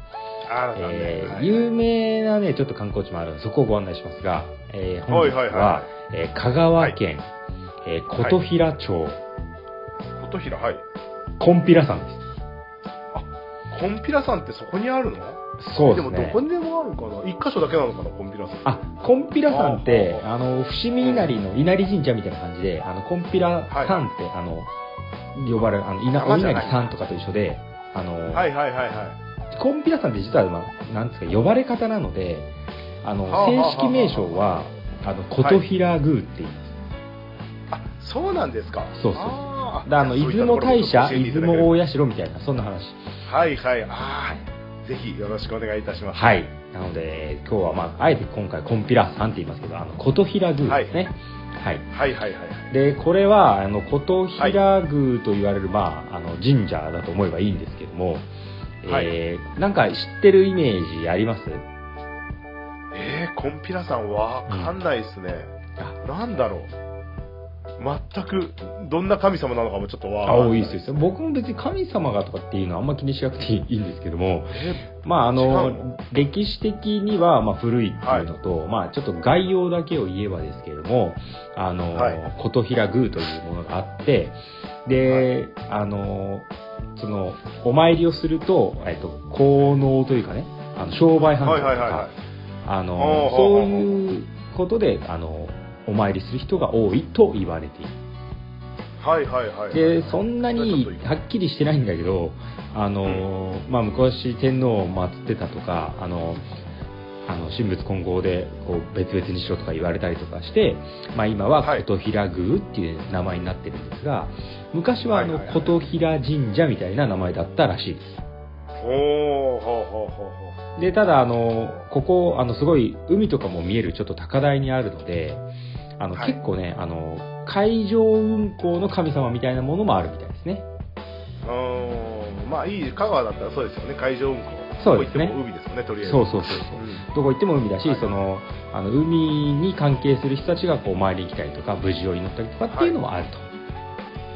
Speaker 1: あー、
Speaker 2: えー
Speaker 1: はい、
Speaker 2: 有名なね、ちょっと観光地もあるので、そこをご案内しますが、えー、本日は、はいはいはい、えー、香川県、はい、えー、琴平町、はい、
Speaker 1: 琴平、はい。
Speaker 2: コンピラ山です。
Speaker 1: あ、コンピラ山ってそこにあるの？
Speaker 2: そうですね。
Speaker 1: でもどこにでもあるかな。一箇所だけなのかな、コンピラ山。
Speaker 2: あ、コンピラ山って、あの、伏見稲荷の稲荷神社みたいな感じで、あの、コンピラ山って、はい、あの、呼ばれる、あの、稲お稲荷さんとかと一緒で、あの、
Speaker 1: はいはいはいはい。
Speaker 2: コンピラ山って実は、まあ、なんですか、呼ばれ方なので、あの、正式名称は、あの、琴平宮って言います。
Speaker 1: はい、あ、そうなんですか。
Speaker 2: そうそう。あだあの、出雲大社、出雲大社みたいな、そんな話。
Speaker 1: はいはい。ああ、ぜひよろしくお願いいたします。
Speaker 2: はい。なので、今日はまあ、あえて今回コンピラ山って言いますけど、あの、琴平宮ですね。はい。はい、はい、はいはい。で、これは、あの、琴平宮と言われる、はい、まあ、あの、神社だと思えばいいんですけども、はい、えー、なんか知ってるイメージあります？
Speaker 1: えー、コンピラさんわかんないですね。うん、なんだろう。全くどんな神様なのかもちょっとわかんない。
Speaker 2: あ、いいですよ。僕も別に神様がとかっていうのはあんま気にしなくていいんですけども、まああの歴史的にはまあ古いっていうのと、はい、まあちょっと概要だけを言えばですけれども、あの、はい、琴平宮というものがあって、で、はい、あのそのお参りをすると、えっと効能というかね、あの商売繁盛とか、はいはいはいはい、あのそういうことであのお参りする人が多いと言われている。
Speaker 1: はいはいはい、はい。
Speaker 2: で、そんなにはっきりしてないんだけど、あの、うん、まあ昔天皇を祀ってたとか、あの、あの神仏混合でこう別々にしろとか言われたりとかして、まあ今は琴平宮っていう名前になってるんですが、昔はあの琴平神社みたいな名前だったらしいです。
Speaker 1: おー、ほうほうほうほ
Speaker 2: う。で、ただあの、ここ、あのすごい海とかも見えるちょっと高台にあるので、あの、はい、結構ね、あの、海上運航の神様みたいなものもあるみたいですね。
Speaker 1: うーん、まあいい、香川だったらそうですよね、海上運航。
Speaker 2: そうですね。
Speaker 1: どこ行っても海ですよね、とりあえず。
Speaker 2: そうそうそうそう、うん。どこ行っても海だし、はい、その、あの、海に関係する人たちがこう参りに来たりとか、無事を祈ったりとかっていうのもあると。はい、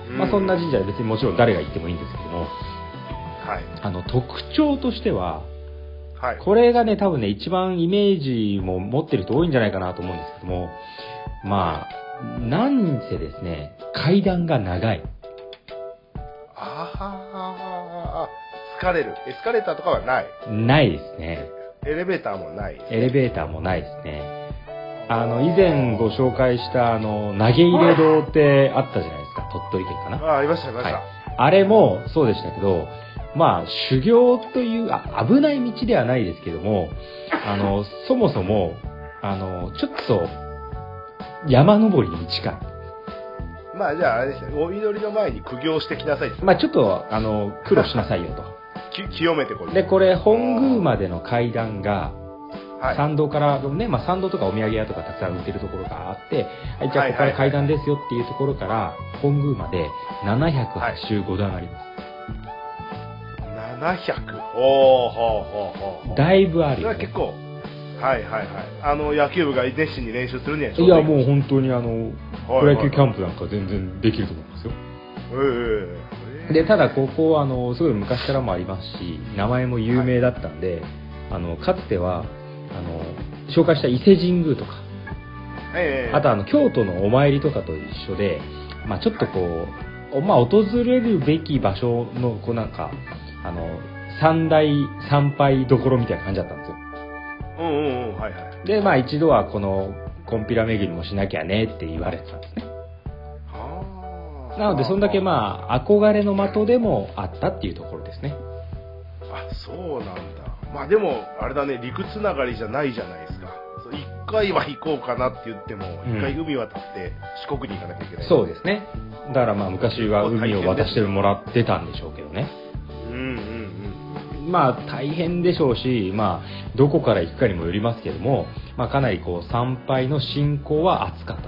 Speaker 2: まあそんな神社で別にもちろん誰が行ってもいいんですけども、はい。あの、特徴としては、はい、これがね、多分ね、一番イメージも持ってる人多いんじゃないかなと思うんですけども、まあ、なんせですね、階段が長い。
Speaker 1: ああ、疲れる。エスカレーターとかはない。
Speaker 2: ないですね。
Speaker 1: エレベーターもない、ね。
Speaker 2: エレベーターもないですね。あの、以前ご紹介した、あの、投げ入れ堂ってあったじゃないですか。鳥取県かな。
Speaker 1: ああ、ありました、ありました、はい。
Speaker 2: あれもそうでしたけど、まあ、修行という、あ、危ない道ではないですけども、あの、そもそも、あの、ちょっと、山登りに近い。
Speaker 1: まあじゃああれですね、お祈りの前に苦行してきなさいって。
Speaker 2: まあちょっとあの苦労しなさいよと。
Speaker 1: 清めてこい。
Speaker 2: でこれ本宮までの階段が、はい、参道からね、まあ参道とかお土産屋とかたくさん売ってるところがあって、はい、じゃあここから階段ですよっていうところから本宮までななひゃくはちじゅうごだんあります。
Speaker 1: ななひゃく。おお、ほうほうほうほう。
Speaker 2: だいぶあるよ、ね。
Speaker 1: それは結構。はいはいはい。あの野球部が熱心に練習するにはちょ
Speaker 2: うどいい。いやもう本当にあのプロ野球キャンプなんか全然できると思いますよ。えー、でただここあのすごい昔からもありますし、名前も有名だったんで、はい、あのかつてはあの紹介した伊勢神宮とか、えー、あとあの京都のお参りとかと一緒で、まあちょっとこう、はい、まあ訪れるべき場所のこうなんかあの三大参拝どころみたいな感じだったんですよ。
Speaker 1: うんうんうん、はいはい。
Speaker 2: で、まあ一度はこのコンピラ巡りもしなきゃねって言われてたんですね。はあ。なのでそんだけまあ憧れの的でもあったっていうところですね。
Speaker 1: あ、そうなんだ。まあでもあれだね、陸つながりじゃないじゃないですか。一回は行こうかなって言っても、一回海渡って四国に行かなきゃいけない、
Speaker 2: うん。そうですね。だからまあ昔は海を渡してもらってたんでしょうけどね。うんうんうん。まあ大変でしょうし、まあどこから行くかにもよりますけども、まあかなりこう参拝の信仰は厚かったと。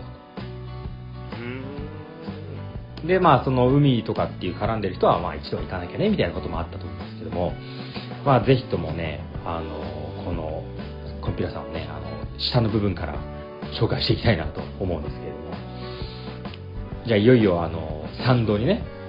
Speaker 2: うん。でまあその海とかっていう絡んでる人はまあ一度行かなきゃねみたいなこともあったと思うんですけども、まあぜひともね、あのこのコンピラさんをね、あの下の部分から紹介していきたいなと思うんですけれども、じゃあいよいよあの参道にね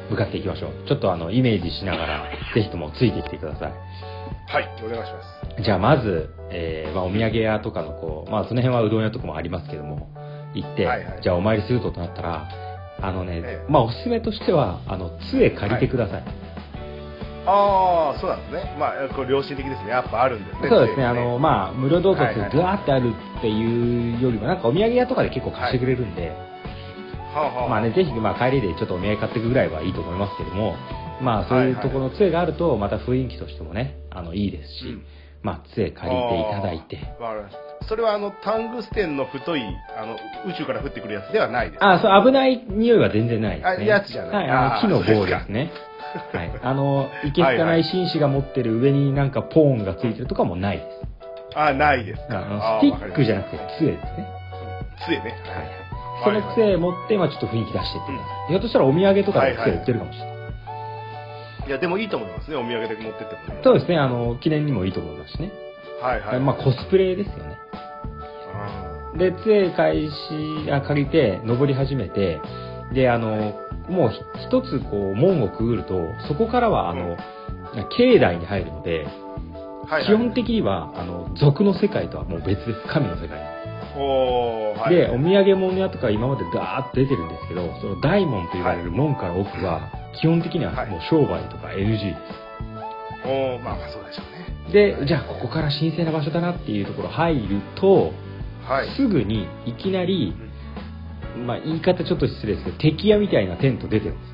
Speaker 2: 向かっていきましょう。ちょっとあの、イメージしながら、ぜひともついてきてください。
Speaker 1: はい、お願いします。
Speaker 2: じゃあまず、えー、まあお土産屋とかのこう、まあその辺はうどん屋とかもありますけども、行って、はいはい、じゃあお参りするとなったら、あのね、ええ、まあおすすめとしては、あの、杖借りてください。はい、
Speaker 1: ああ、そうなんですね。まあ、これ良心的ですね。やっぱあるんですね。
Speaker 2: そうですね。あの、まあ、無料洞窟でドワーってあるっていうよりも、なんかお土産屋とかで結構貸してくれるんで、はい、はあはあ、まあね、ぜひ、まあ帰りでちょっとお土産買っていくぐらいはいいと思いますけども、まあそういうところの杖があると、また雰囲気としてもね、あの、いいですし、うん、まあ杖借りていただいて。
Speaker 1: それはあの、タングステンの太い、あの、宇宙から降ってくるやつではないです、ね。
Speaker 2: あ、そう、危ない匂いは全然ないですね。
Speaker 1: あ、やつじゃない。
Speaker 2: はい、あの、木の棒ですね。はい。あの、いけすかない紳士が持ってる上になんかポーンがついてるとかもないです。
Speaker 1: あ、ないですか。
Speaker 2: あのスティックじゃなくて杖ですね。
Speaker 1: 杖ね。はい。
Speaker 2: その杖持って、まあちょっと雰囲気出してってください。ひょっとしたらお土産とかで杖売ってるかもしれない。
Speaker 1: いや、でもいいと思いますね。お土産で持ってってもね。
Speaker 2: そうですね。あの、記念にもいいと思いますしね。
Speaker 1: はいはい。
Speaker 2: まあコスプレですよね。で、杖開始、あ、借りて、登り始めて、で、あの、もう一つこう門をくぐると、そこからはあの、うん、境内に入るので、はいはい、基本的にはあの俗の世界とはもう別です。神の世界。
Speaker 1: おー、はい、
Speaker 2: で、お土産物屋とか今までダーッと出てるんですけど、その大門と言われる門から奥は、基本的にはもう商売とか エヌジー です。
Speaker 1: おー、まあまあそうでしょう
Speaker 2: ね。で、じゃあここから神聖な場所だなっていうところ入ると、はい、すぐにいきなり、まあ言い方ちょっと失礼ですけど、敵屋みたいなテント出てるんです。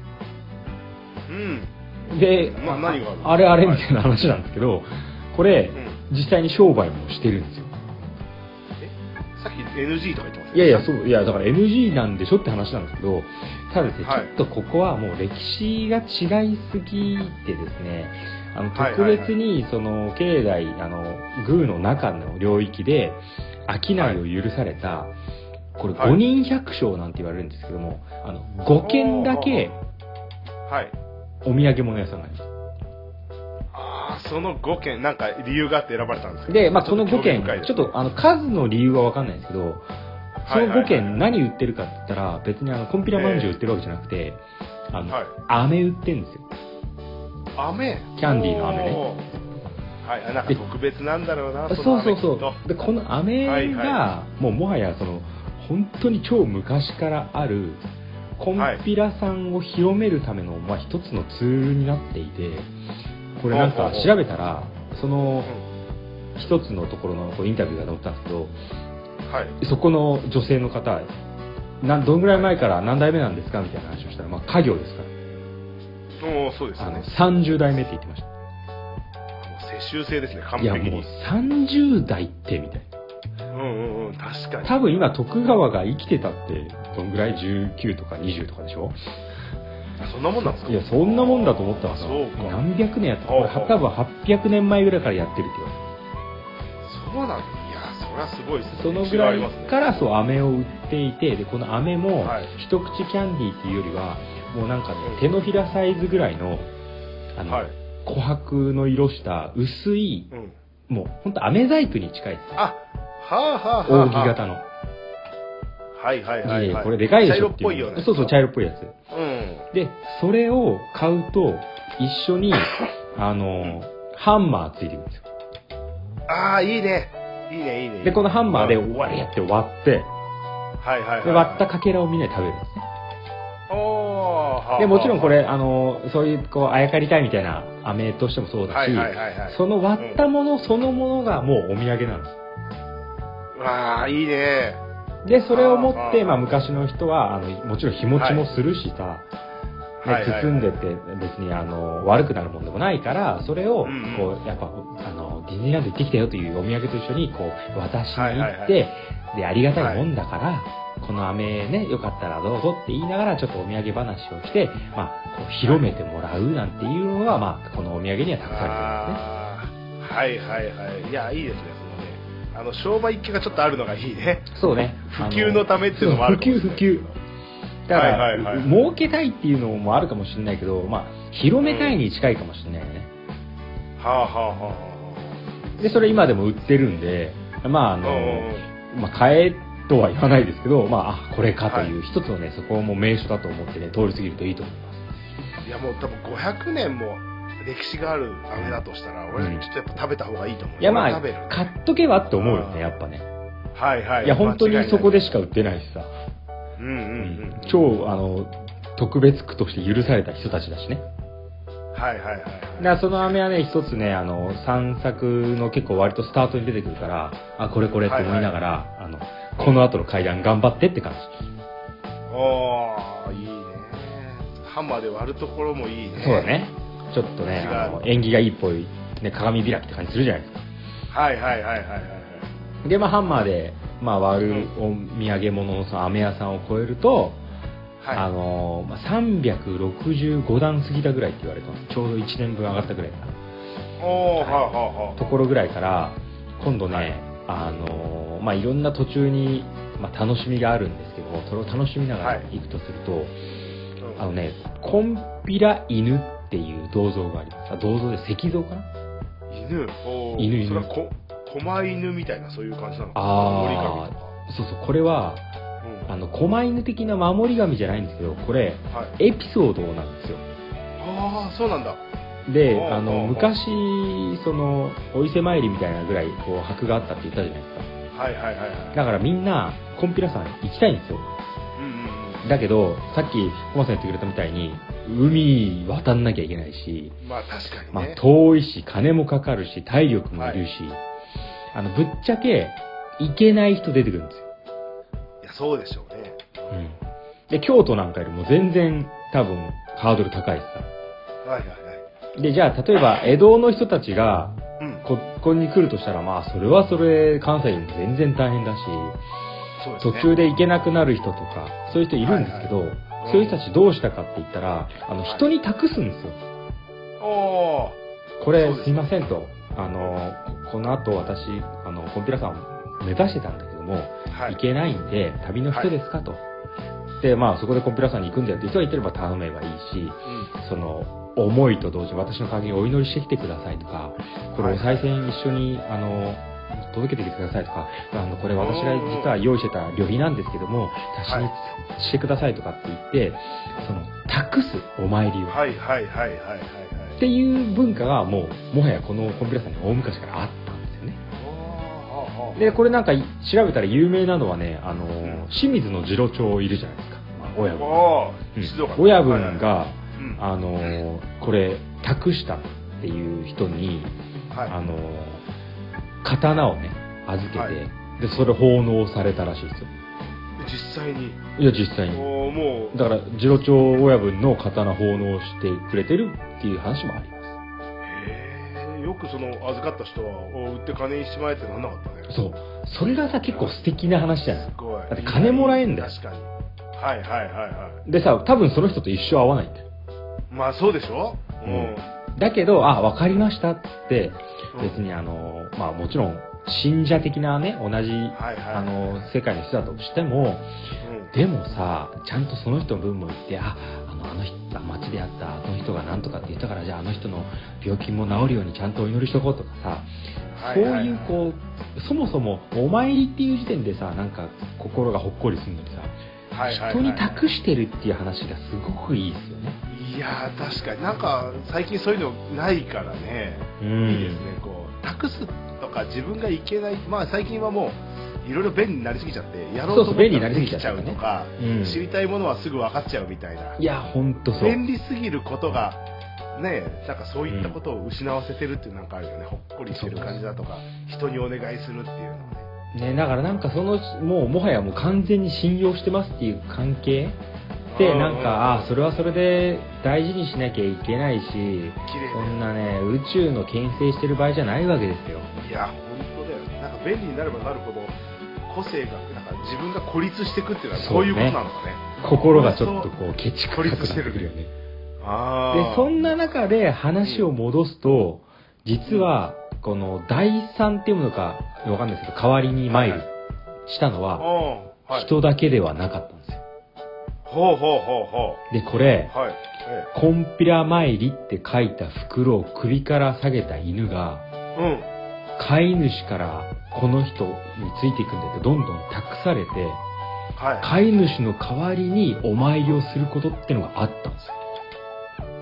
Speaker 2: うん。で、
Speaker 1: まあ、何がある
Speaker 2: あれあれみたいな話なんですけど、これ、うん、実際に商売もしてるんですよ。
Speaker 1: え、さっき エヌジー とか言ってましたね。
Speaker 2: いやいや、そう、いやだから エヌジー なんでしょって話なんですけど、ただですね、はい、ちょっとここはもう歴史が違いすぎてですね、あの特別にその境内、あの宮の中の領域で商いを許された、はい、これ五人百姓なんて言われるんですけども、あのごけんだけお土産物屋さんがあります。
Speaker 1: ああ、そのごけんなんか理由があって選ばれたんですか？
Speaker 2: で、まあこのごけんちょっとあの数の理由は分かんないんですけど、そのごけん何売ってるかって言ったら、別にあのコンピラまんじゅう売ってるわけじゃなくて、あの、はい、飴売ってるんですよ。
Speaker 1: 飴？
Speaker 2: キャンディーの飴ね。
Speaker 1: はい、なんか特別なんだろうな。
Speaker 2: そうそうそう。で、この飴が、はいはい、もうもはやその本当に超昔からあるコンピラさんを広めるための、まあ、一つのツールになっていて、これなんか調べたら、その一つのところのこうインタビューが載ったんですけど、はい、そこの女性の方、なんどんぐらい前から何代目なんですかみたいな話をしたら、まあ、家業ですから。
Speaker 1: おそうですね。
Speaker 2: あのさんじゅう代目って言ってました。
Speaker 1: 世襲制ですね、完璧に。
Speaker 2: いやもうさんじゅう代ってみたいな。
Speaker 1: うんうんうん、確かに。
Speaker 2: 多分今徳川が生きてたってどんぐらいじゅうきゅうとかにじゅうとかでしょ。
Speaker 1: そんなもんなんですか？
Speaker 2: いやそんなもんだと思ったらさ、何百年やってこれ多分はっぴゃくねんまえぐらいからやってるって言われて。
Speaker 1: そうなんです。いやそれはすごいですね。
Speaker 2: そのぐらいからそう飴を売っていて、でこの飴も一口キャンディーっていうよりはもうなんかね、手のひらサイズぐらいのあの、はい、琥珀の色した薄い、うん、もう本当飴細工に近いです。
Speaker 1: あ、はあはあはあ。
Speaker 2: 扇形の。
Speaker 1: はいはいはい、はい。
Speaker 2: これでかいでしょ
Speaker 1: っていう。茶色っぽいよね。
Speaker 2: そうそう、茶色っぽいやつ。
Speaker 1: うん。
Speaker 2: で、それを買うと、一緒に、あの、ハンマーついてくるんですよ。
Speaker 1: ああ、いいね。いいね、いいね。
Speaker 2: で、このハンマーで割りやって割って、
Speaker 1: はいはいはい、はい。
Speaker 2: で、割ったかけらをみんなで食べるんですね。
Speaker 1: おー、
Speaker 2: で、もちろんこれ、あの、そういう、こう、あやかりたいみたいな飴としてもそうだし、はいはいはいはい、その割ったものそのものがもうお土産なんです。
Speaker 1: うん、わあ、いいね。
Speaker 2: で、それを持って、まあ昔の人は、あの、もちろん日持ちもするしさ、はい、ね、包んでて別にあの、悪くなるもんでもないから、それを、こう、やっぱ、あの、ディズニーランド行ってきたよというお土産と一緒に、こう、渡しに行って、はいはいはい、で、ありがたいもんだから、はい、この飴ね、よかったらどうぞって言いながら、ちょっとお土産話をして、まあ、こう広めてもらうなんていうのが、まあ、このお土産には託されてるんですね。
Speaker 1: はいはいはい。いや、いいですね。あの商売っ気がちょっとあるのがいいね。
Speaker 2: そうね。
Speaker 1: 普及のためっていうのもあるかもしれない。
Speaker 2: 普及普及。だから、はいはいはい、儲けたいっていうのもあるかもしれないけど、まあ広めたいに近いかもしれないよね。
Speaker 1: うん、はあはあは
Speaker 2: あ。でそれ今でも売ってるんで、まああの、まあ買えとは言わないですけど、まああこれかという一つのね、そこも名所だと思ってね通り過ぎるといいと思います。
Speaker 1: いやもう多分ごひゃくねんも歴史がある飴だとしたら、俺ちょっとやっぱ食べた方がいいと思う。
Speaker 2: いやまあ
Speaker 1: 食べる
Speaker 2: 買っとけばって思うよね、やっぱね。
Speaker 1: はいはい。
Speaker 2: いや本当にそこでしか売ってないしさ。
Speaker 1: うんうんうん。
Speaker 2: 超あの特別区として許された人たちだしね。
Speaker 1: はいはいはい。だ
Speaker 2: からその飴はね、一つね、あの散策の結構割とスタートに出てくるから、あこれこれって思いながら、はいはい、あのこの後の階段頑張ってって感じ。
Speaker 1: おーいいね。ハンマーで割るところもいいね。
Speaker 2: そうだね。ちょっとね、あの縁起がいいっぽい、ね、鏡開きって感じするじゃないですか。
Speaker 1: はいはいはいはいはい。
Speaker 2: で、まあハンマーで、まあ、割るお土産物のその飴屋さんを超えると、はい、あのまあ、さんびゃくろくじゅうごだん過ぎたぐらいって言われてます。ちょうどいちねんぶん上がったぐらいかな。
Speaker 1: おー、はい、はあはあ、
Speaker 2: ところぐらいから今度ね、はい、あのまあいろんな途中に、まあ、楽しみがあるんですけど、それを楽しみながら行くとすると、はい、あのね、こんぴら犬っていう銅像があります。あ、銅像で石像かな。
Speaker 1: 犬。お
Speaker 2: 犬犬。
Speaker 1: それはこ狛犬みたいなそういう感じなのかな。
Speaker 2: ああ、そうそう、これは、うん、あの狛犬的な守り神じゃないんですけど、これ、はい、エピソードなんですよ。
Speaker 1: ああ、そうなんだ。
Speaker 2: で、あの昔そのお伊勢参りみたいなぐらいこう箔があったって言ったじゃないですか。
Speaker 1: はいはいはいはい。
Speaker 2: だからみんなこんぴらさん行きたいんですよ。
Speaker 1: うんうんうん。
Speaker 2: だけどさっきコマさん言ってくれたみたいに海渡んなきゃいけないし、
Speaker 1: まあ確かにね。
Speaker 2: まあ遠いし金もかかるし体力もいるし、はい、あのぶっちゃけ行けない人出てくるんですよ。
Speaker 1: いやそうでしょうね。
Speaker 2: うん。で京都なんかよりも全然多分ハードル高いですから。
Speaker 1: はいはいはい。
Speaker 2: でじゃあ例えば江戸の人たちがここに来るとしたら、まあそれはそれ関西よりも全然大変だし、そうですね、途中で行けなくなる人とかそういう人いるんですけど、はいはい、うん、そういう人たちどうしたかって言ったら、あの人に託すんですよ。
Speaker 1: お
Speaker 2: ー、これすいませんと、あのこの後私あのコンピラさんを目指してたんだけども、はい、行けないんで旅の人ですかと、はい、でまあそこでコンピラさんに行くんだよって人が言ってれば頼めばいいし、うん、その思いと同時に私の代わりにお祈りしてきてくださいとか、これお賽銭一緒にあの届けてきてくださいとか、あのこれ私が実は用意してた旅費なんですけども足しにしてくださいとかって言って、その託すお参りを、
Speaker 1: はいはいはいはいはいはい
Speaker 2: っていう文化がもうもはやこのコンピラさんに大昔からあったんですよね。でこれなんか調べたら有名なのはね、あの清水の次郎長いるじゃないですか、まあ、親分、うん、親分が、はいはい、あのー、これ託したっていう人に、はい、あのー、刀をね預けて、はい、でそれ奉納されたらしいですよ。
Speaker 1: 実際に？
Speaker 2: いや実際に。
Speaker 1: おもう
Speaker 2: だから次郎長親分の刀奉納してくれてるっていう話もあります。
Speaker 1: へえ、よくその預かった人は売って金にしまえってなんなかったね。
Speaker 2: そう、それがさ結構素敵な話じゃない。
Speaker 1: すごい。
Speaker 2: だって金もらえんだよ。
Speaker 1: 確かに。はいはいはいはい。
Speaker 2: でさ、多分その人と一生会わないんだよ。
Speaker 1: まあそうでしょ、うん、
Speaker 2: だけど、あ、わかりましたって、別にあの、まあもちろん、信者的なね、同じ、はいはいはい、あの、世界の人だとしても、うん、でもさ、ちゃんとその人の分も言って、あ、あの、あの人、街で会ったあの人が何とかって言ったから、じゃああの人の病気も治るようにちゃんとお祈りしとこうとかさ、そういうこう、そもそもお参りっていう時点でさ、なんか心がほっこりするのにさ、はいはいはい、人に託してるっていう話がすごくいいですよね。
Speaker 1: いやー確かになんか最近そういうのないからね、うん、いいですね。こう託すとか自分がいけない、まあ最近はもういろいろ便利になりすぎちゃってやろうと思ったらできちゃうとか、うん、知りたいものはすぐ分かっちゃうみたいな。
Speaker 2: いや本当そう。
Speaker 1: 便利すぎることがね、なんかそういったことを失わせてるっていうなんかあるよね。ほっこりしてる感じだとか、人にお願いするっていうのはね。
Speaker 2: ね、だからなんかそのもうもはやもう完全に信用してますっていう関係でなんかあそれはそれで大事にしなきゃいけないし、そんなね宇宙の牽制してる場合じゃないわけですよ。
Speaker 1: いや本当だよ。なんか便利になればなるほど個性がなんか自分が孤立していくっていうのはそういうことなのかね。
Speaker 2: 心がちょっとこうケチくなってくるよね。あでそんな中で話を戻すと、うん、実はこの第三っていうものかわかんないですけど代わりに参るしたのは人だけではなかったんですよ。
Speaker 1: ほうほうほうほ
Speaker 2: う。でこれ、
Speaker 1: はい、
Speaker 2: こんぴら参りって書いた袋を首から下げた犬が、うん、飼い主からこの人についていくんだってどんどん託されて、はい、飼い主の代わりにお参りをすることってのがあったんですよ。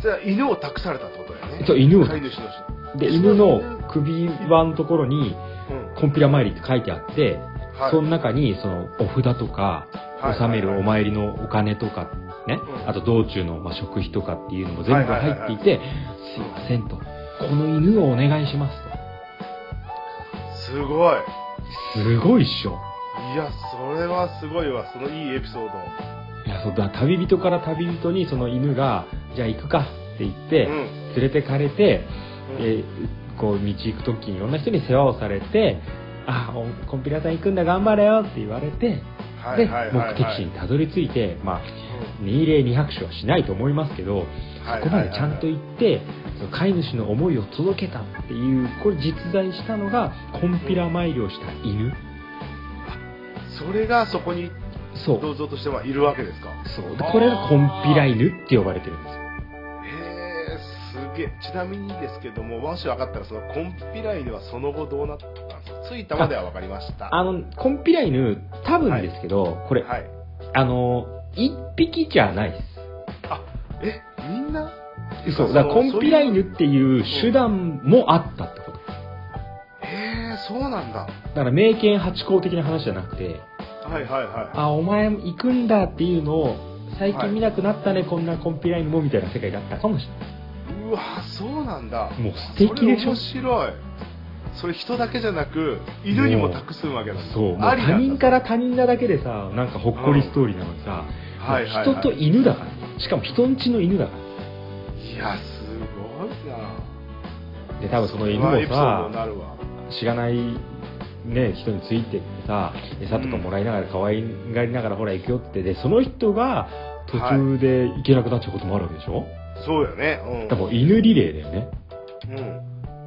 Speaker 1: じゃあ犬を託されたってことだよね。
Speaker 2: そう、犬を
Speaker 1: 飼い主の人
Speaker 2: で、犬の首輪のところに、
Speaker 1: うん、
Speaker 2: コンピラ参りって書いてあって、
Speaker 1: はい、
Speaker 2: その中にそのお札とか、納めるお参りのお金とかね、うん、あと道中のまあ食費とかっていうのも全部入っていて、すいませんと、この犬をお願いしますと。
Speaker 1: すごい。
Speaker 2: すごいっしょ。
Speaker 1: いや、それはすごいわ、そのいいエピソード。
Speaker 2: いや、そうだ、旅人から旅人にその犬が、じゃあ行くかって言って、うん、連れてかれて、うん、えー、こう道行く時にいろんな人に世話をされて、あ、コンピラさん行くんだ頑張れよって言われて、で、目的地にたどり着いて、まあ、二礼二拍手はしないと思いますけど、そこまでちゃんと行って、飼い主の思いを届けたっていう、これ実在したのが、コンピラ参りをした犬。
Speaker 1: それがそこに、銅像としてはいるわけですか。
Speaker 2: そう。で、これがコンピラ犬って呼ばれてるんですよ。
Speaker 1: へー、すげえ。ちなみにですけども、もし分かったら、そのコンピラ犬はその後どうなったんですか。着いたまでは分かりました。
Speaker 2: あ, あの、コンピラ犬、多分ですけど、はい、これ、はい、あの、一匹じゃないです。
Speaker 1: あ、え、みんな
Speaker 2: そう、だからコンピラ犬っていう手段もあったってこと。
Speaker 1: へー、そうなんだ。
Speaker 2: だから名犬八公的な話じゃなくて、
Speaker 1: はいはいはい。
Speaker 2: あ、お前行くんだっていうのを、最近見なくなったね、はい、こんなコンピラ犬もみたいな世界があったかもしれない。
Speaker 1: うわ、そうなんだ。
Speaker 2: もう素敵でしょ。
Speaker 1: 面白い。それ人だけじゃなく犬にも託すわけなんだ。
Speaker 2: そう、もう他人から他人なだけでさ、なんかほっこりストーリーなのにさ、うん、はいはいはい、人と犬だから、しかも人んちの犬だから。
Speaker 1: いや、すごいな。
Speaker 2: で、多分その犬もさ、知らないね人についてってさ、餌とかもらいながら可愛がりながら、ほら行くよって、でその人が途中で行けなくなっちゃうこともあるわけでしょ。はい、
Speaker 1: そうよね。うん。
Speaker 2: 多分犬リレーだよね。
Speaker 1: うん。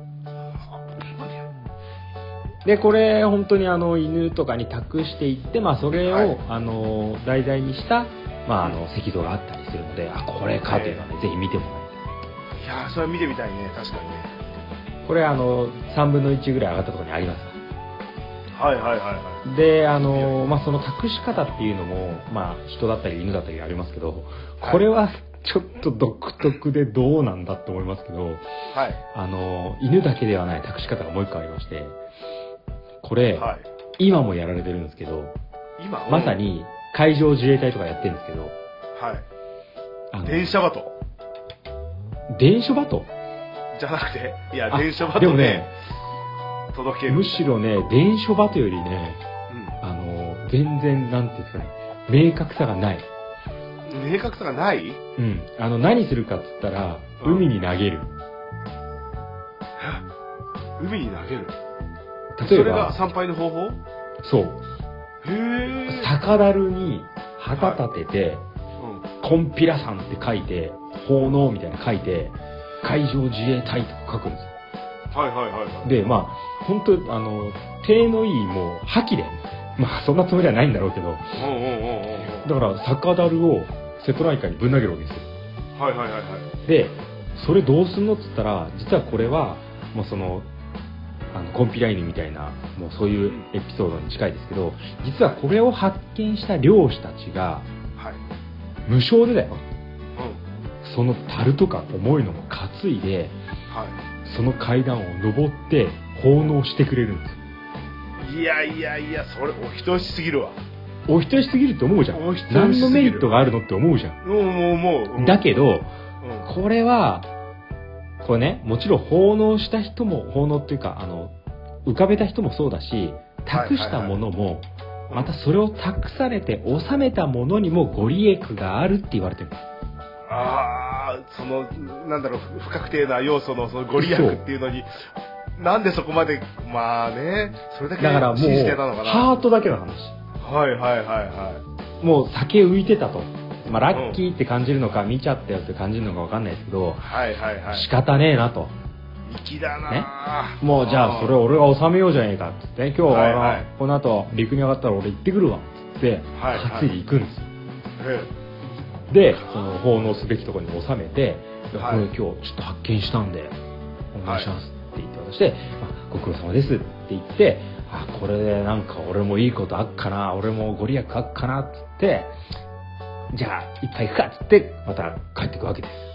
Speaker 2: で、これ本当にあの犬とかに託していって、まあそれを、はい、あの題材にした、まああの石像があったりするので、あ、これかというのはね、えー、ぜひ見てもらいたい。
Speaker 1: いやー、それは見てみたいね、確かにね。
Speaker 2: これあのさんぶんのいちぐらい上がったところにあります。
Speaker 1: はいはいはいはい。
Speaker 2: で、あのまあその託し方っていうのも、まあ人だったり犬だったりありますけど、これはちょっと独特でどうなんだって思いますけど、はい、あの犬だけではない託し方がもう一個ありまして。これ、はい、今もやられてるんですけど、
Speaker 1: 今
Speaker 2: まさに海上自衛隊とかやってるんですけど、はい、
Speaker 1: あの電車バト
Speaker 2: 電車バト
Speaker 1: じゃなくて、いや電車バト
Speaker 2: でもね、
Speaker 1: 届ける。
Speaker 2: むしろね、電車バトよりね、うん、あの全然なんていうんですかね、明確さがない。
Speaker 1: 明確さがない？
Speaker 2: うん。あの何するかっつったら、うん、海に投げる。
Speaker 1: 海に投げる。
Speaker 2: 例えば
Speaker 1: それが参拝の方法？
Speaker 2: そう。
Speaker 1: へー。
Speaker 2: 酒樽に旗立てて、はい、うん、コンピラさんって書いて、奉納みたいな書いて、海上自衛隊と書くんですよ。
Speaker 1: はいはいはい、はい。
Speaker 2: で、まあ、本当あの、手のいいもう、覇気で、まあ、そんなつもりはないんだろうけど、だから、酒樽を瀬戸内海にぶん投げるわけですよ。
Speaker 1: はいはいはいはい。
Speaker 2: で、それどうすんのっつったら、実はこれは、もうその、あのコンピラ犬みたいな、もうそういうエピソードに近いですけど、実はこれを発見した漁師たちが、はい、無償でだよ、うん、その樽とか重いのも担いで、はい、その階段を登って奉納してくれるんです。
Speaker 1: いやいやいや、それお人よしすぎるわ。
Speaker 2: お人よしすぎるって思うじゃん。何のメリットがあるのって思うじゃん。
Speaker 1: もうもうもう、うん、
Speaker 2: だけど、うん、これはこれね、もちろん奉納した人も、奉納っていうか、あの、浮かべた人もそうだし、託したものも、またそれを託されて納めたものにもご利益があるって言われてるんです。
Speaker 1: ああ、その、なんだろう、不確定な要素のそのご利益っていうのに、なんでそこまで、まあね、それだけ信じてたのかな。
Speaker 2: だからもう、ハートだけの話。
Speaker 1: はいはいはいはい。
Speaker 2: もう酒浮いてたと。まあ、ラッキーって感じるのか、うん、見ちゃったよって感じるのか分かんないですけど、
Speaker 1: はいはいはい、
Speaker 2: 仕方ねえなと。
Speaker 1: 粋だな、
Speaker 2: ね、もうじゃあそれを俺が納めようじゃねえかってって、今日は、はいはい、この後陸に上がったら俺行ってくるわって、はいはい、担いで行くんですよ。で、その奉納すべきところに納めて、はい、これ今日ちょっと発見したんでお願いしますって言って渡して、まあ、ご苦労様ですって言って、あ、これでなんか俺もいいことあっかな、俺もご利益あっかなって言って、じゃあ一杯行くかっつってまた帰っていくわけです。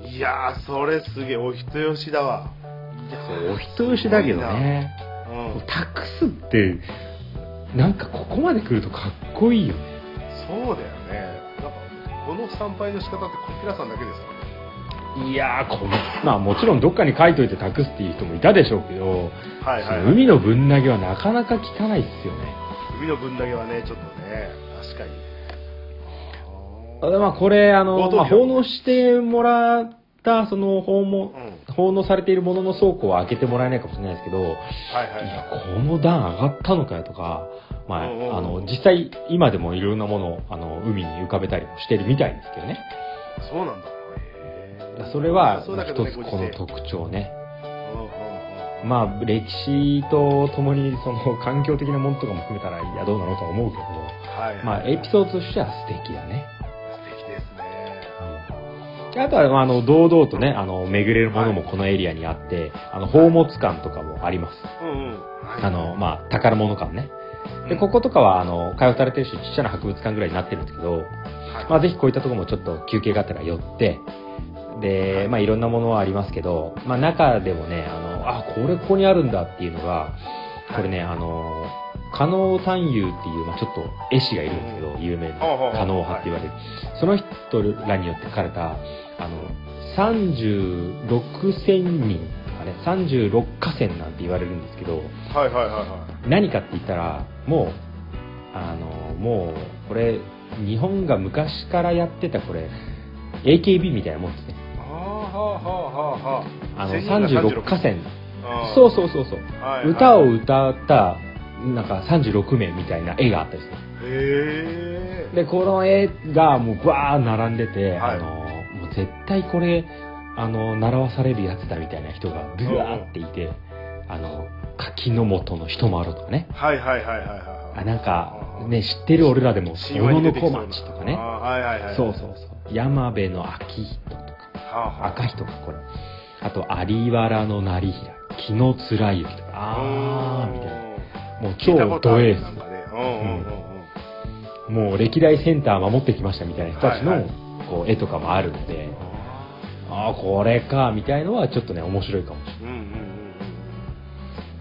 Speaker 1: いやー、それすげえお人よしだわ。
Speaker 2: いやそうお人よしだけどね、うん、託すってなんかここまで来るとかっこいいよね。
Speaker 1: そうだよね。なんかこの参拝の仕方って小平さんだけですかね。
Speaker 2: いやーこのまあもちろんどっかに書いといて託すっていう人もいたでしょうけど、
Speaker 1: はいはいはい、
Speaker 2: 海のぶん投げはなかなか聞かないっすよね。
Speaker 1: 海のぶん投げはねちょっとね確かに。
Speaker 2: あまあこれあの、まあ、奉納してもらったその奉納、うん、奉納されているものの倉庫は開けてもらえないかもしれないですけど、はいはいはい、いやこの段上がったのかよとか、まあ、うんうんうん、あの実際今でもいろんなものをあの海に浮かべたりもしてるみたいですけどね。
Speaker 1: そうなんだ。へ
Speaker 2: それは一つこの特徴ね。まあ歴史とともにその環境的なものとかも含めたらいやどうなのとは思うけど、はいはい、まあエピソードとしては素敵だね。
Speaker 1: 素敵ですね。
Speaker 2: うん、あとはあの堂々とねあの巡れるものもこのエリアにあって、はい、あの宝物館とかもあります。うんうんはい、あのまあ宝物館ね。でこことかはあの開放されてるしちっちゃな博物館ぐらいになってるんですけど、はい、まあぜひこういったところもちょっと休憩があったら寄ってでまあいろんなものはありますけど、まあ中でもねあのあこれここにあるんだっていうのがこれね、はい、あの加納探幽っていう、まあ、ちょっと絵師がいるんですけど有名な加納派って言われる、はい、その人らによって書かれたあのさんじゅうろくせんにんとかねさんじゅうろくかせんなんて言われるんですけど、はいはいはいはい、何かって言ったらもうあのもうこれ日本が昔からやってたこれ エーケービー みたいなもんですね。あのさんじゅうろくかせんそうそうそうそう、はいはい、歌を歌ったなんかさんじゅうろくめいみたいな絵があったりする。へー。でこの絵がもうバー並んでて、はい、あのもう絶対これあの習わされるやつだみたいな人がブワーっていて、あの柿の本の人もあるとかね。はいはいはいはいはい。あなんかね知ってる俺らでも小野の小町とかね。はいはいはい。そうそうそう。山部の秋人とか、はあはあ、赤人かこれ。あと有原の成平、木の貫之とか、あーみたいな。もう超ドエース、ねうん、もう歴代センター守ってきましたみたいな人たちの、はいはい、こう絵とかもあるので、ああこれかみたいのはちょっとね面白いかもしれない。うんうんうん、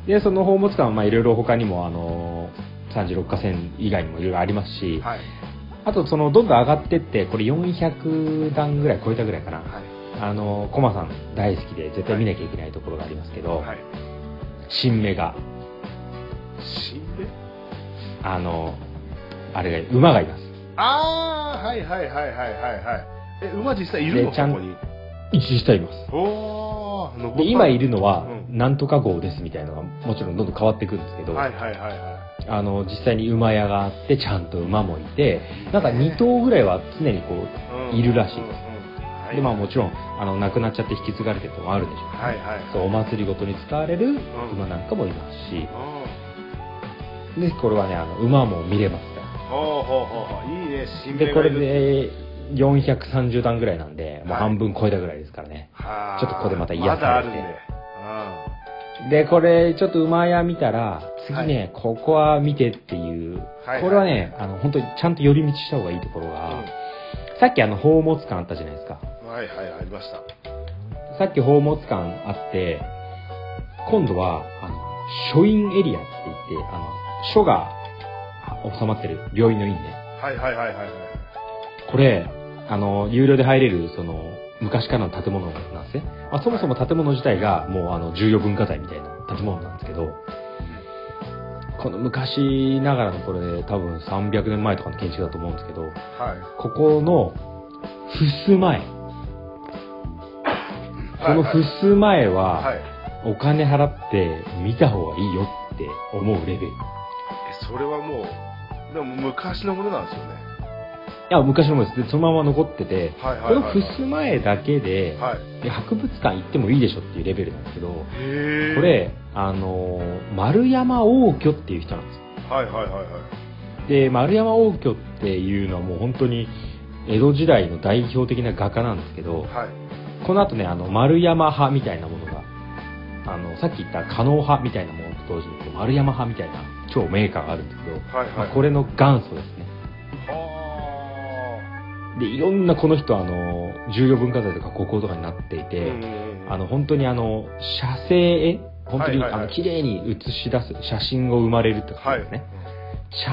Speaker 2: でその宝物館はまあいろいろ他にもあのさんじゅうろくかせん以外にもいろいろありますし、はい、あとそのどんどん上がってってこれよんひゃくだんぐらい超えたぐらいかな。はいあのコマさん大好きで絶対見なきゃいけないところがありますけど、はい、新芽が
Speaker 1: 新芽
Speaker 2: あのあれが馬がいます。
Speaker 1: ああはいはいはいはいはいはいえ馬実際いるの
Speaker 2: ちゃん
Speaker 1: ここに
Speaker 2: 実際います。おで今いるのは、うん、なんとか号ですみたいなのがもちろんどんどん変わっていくんですけど、はいはいはいはい、あの実際に馬屋があってちゃんと馬もいてなんかに頭ぐらいは常にこう、うん、いるらしいです。うんでまあ、もちろんあの亡くなっちゃって引き継がれてるのもあるでしょう、はいはい、そうお祭りごとに使われる馬なんかもいますし、うん、でこれはねあの馬も見れますからほうほうほういいね新でこれでよんひゃくさんじゅうだんぐらいなんで、はい、もう半分超えたぐらいですからねちょっとここでまた癒されて、まだあるんで、うん、でこれちょっと馬屋見たら次ね、はい、ここは見てっていう、はい、これはねあの本当にちゃんと寄り道した方がいいところが、うん、さっきあの宝物館あったじゃないですか。
Speaker 1: はいはいありました。
Speaker 2: さっき宝物館あって今度はあの書院エリアって言ってあの書が収まってる病院の院ね。はいはいはいはいはい。これあの有料で入れるその昔からの建物なんですね。まあ、そもそも建物自体がもうあの重要文化財みたいな建物なんですけど、この昔ながらのこれ多分さんびゃくねんまえとかの建築だと思うんですけど、はい、ここの襖前この襖前はお金払って見た方がいいよって思うレベル。え
Speaker 1: それはもうでも昔のものなんですよね。
Speaker 2: いや昔のものです。でそのまま残ってて、はいはいはいはい、この襖前だけで、はい、博物館行ってもいいでしょっていうレベルなんですけど、へこれあの丸山応挙っていう人なんですよ。はいはいはいはい。で丸山応挙っていうのはもう本当に江戸時代の代表的な画家なんですけど、はい、この後ねあの丸山派みたいなものがあのさっき言った加納派みたいなものと同時に丸山派みたいな超名家があるんですけど、はいはいまあ、これの元祖ですね。 でいろんなこの人あの重要文化財とか国宝とかになっていて、あの本当にあの写生絵本当に、はいはいはい、あの綺麗に写し出す写真を生まれるってことですね、はい、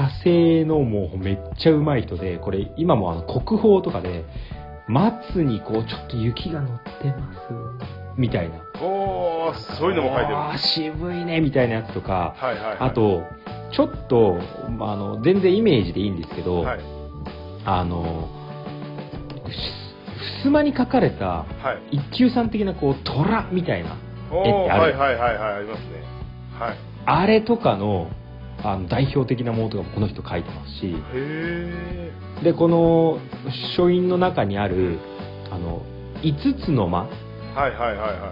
Speaker 2: 写生のもうめっちゃ上手い人で、これ今もあの国宝とかで松にこうちょっと雪が乗ってますみたいな、
Speaker 1: おーそういうのも書いてる、
Speaker 2: あ渋いねみたいなやつとか、
Speaker 1: はいはいはい、
Speaker 2: あとちょっと、まあ、あの全然イメージでいいんですけど、はい、あの襖に描かれた一休さん的なこう虎みたいな絵ってある、
Speaker 1: はいはいはいはいありますね、はい、
Speaker 2: あれとかの、あの代表的なものとかもこの人描いてますし、
Speaker 1: へ
Speaker 2: でこの書院の中にあるあのいつつの間、
Speaker 1: はいはいはいはい、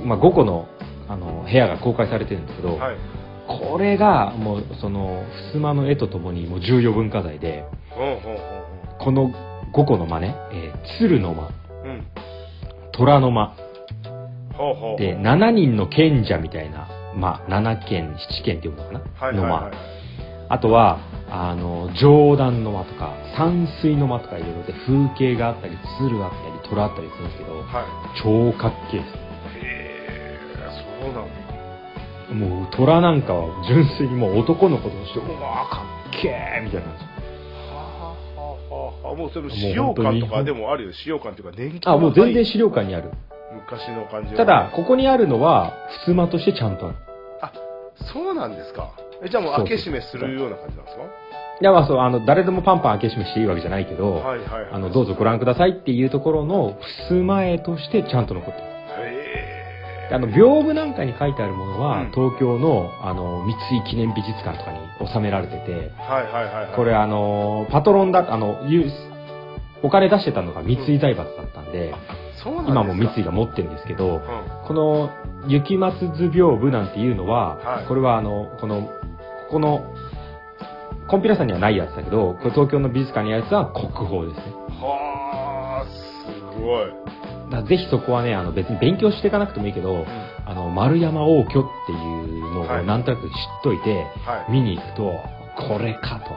Speaker 2: まあ、ごこの、あの部屋が公開されてるんですけど、はい、これがもうその襖の絵とともにもう重要文化財で、
Speaker 1: ほうほうほうほう、
Speaker 2: このごこの間ね、えー、鶴の間、うん、虎の間
Speaker 1: ほうほう
Speaker 2: でしちにんの賢者みたいな、まあ、ななけんしちけんっていうのかな、はいはいはい、の間、あとはあの上段の間とか山水の間とかいろいろで風景があったり鶴があったり虎あったりするんですけど、はい、超かっけえです。
Speaker 1: へえ、そうなんだ。
Speaker 2: もう虎なんかは純粋にもう男の子としてうわーかっけえみたいなんですよ。
Speaker 1: はあはあはあ、もうその資料館とかでもあるよ、資料館というか年季
Speaker 2: あもう全然資料館にある。
Speaker 1: 昔の感じ、ね、
Speaker 2: ただここにあるのは襖としてちゃんとある。
Speaker 1: あ、そうなんですか。えじゃあもう開け閉めするような感じなんですか。
Speaker 2: いやまあそうあの誰でもパンパン開け閉めしていいわけじゃないけど、はいはいはい、あのどうぞご覧くださいっていうところの襖絵としてちゃんと残ってる。へー。あの屏風なんかに書いてあるものは、うん、東京のあの三井記念美術館とかに収められてて、はいはいはいはい、これあのパトロンだあのお金出してたのが三井財閥だったんで、うん、そうなんですか。今も三井が持ってるんですけど、うん、この雪松図屏風なんていうのは、はい、これはあのこのここのコンピラさんにはないやつだけど、これ東京の美術館にあるやつは国宝ですね。
Speaker 1: はあ、すごい。
Speaker 2: だぜひそこはね、あの別に勉強していかなくてもいいけど、うん、あの丸山応挙っていうのをなんとなく知っといて、はい、見に行くとこれかと。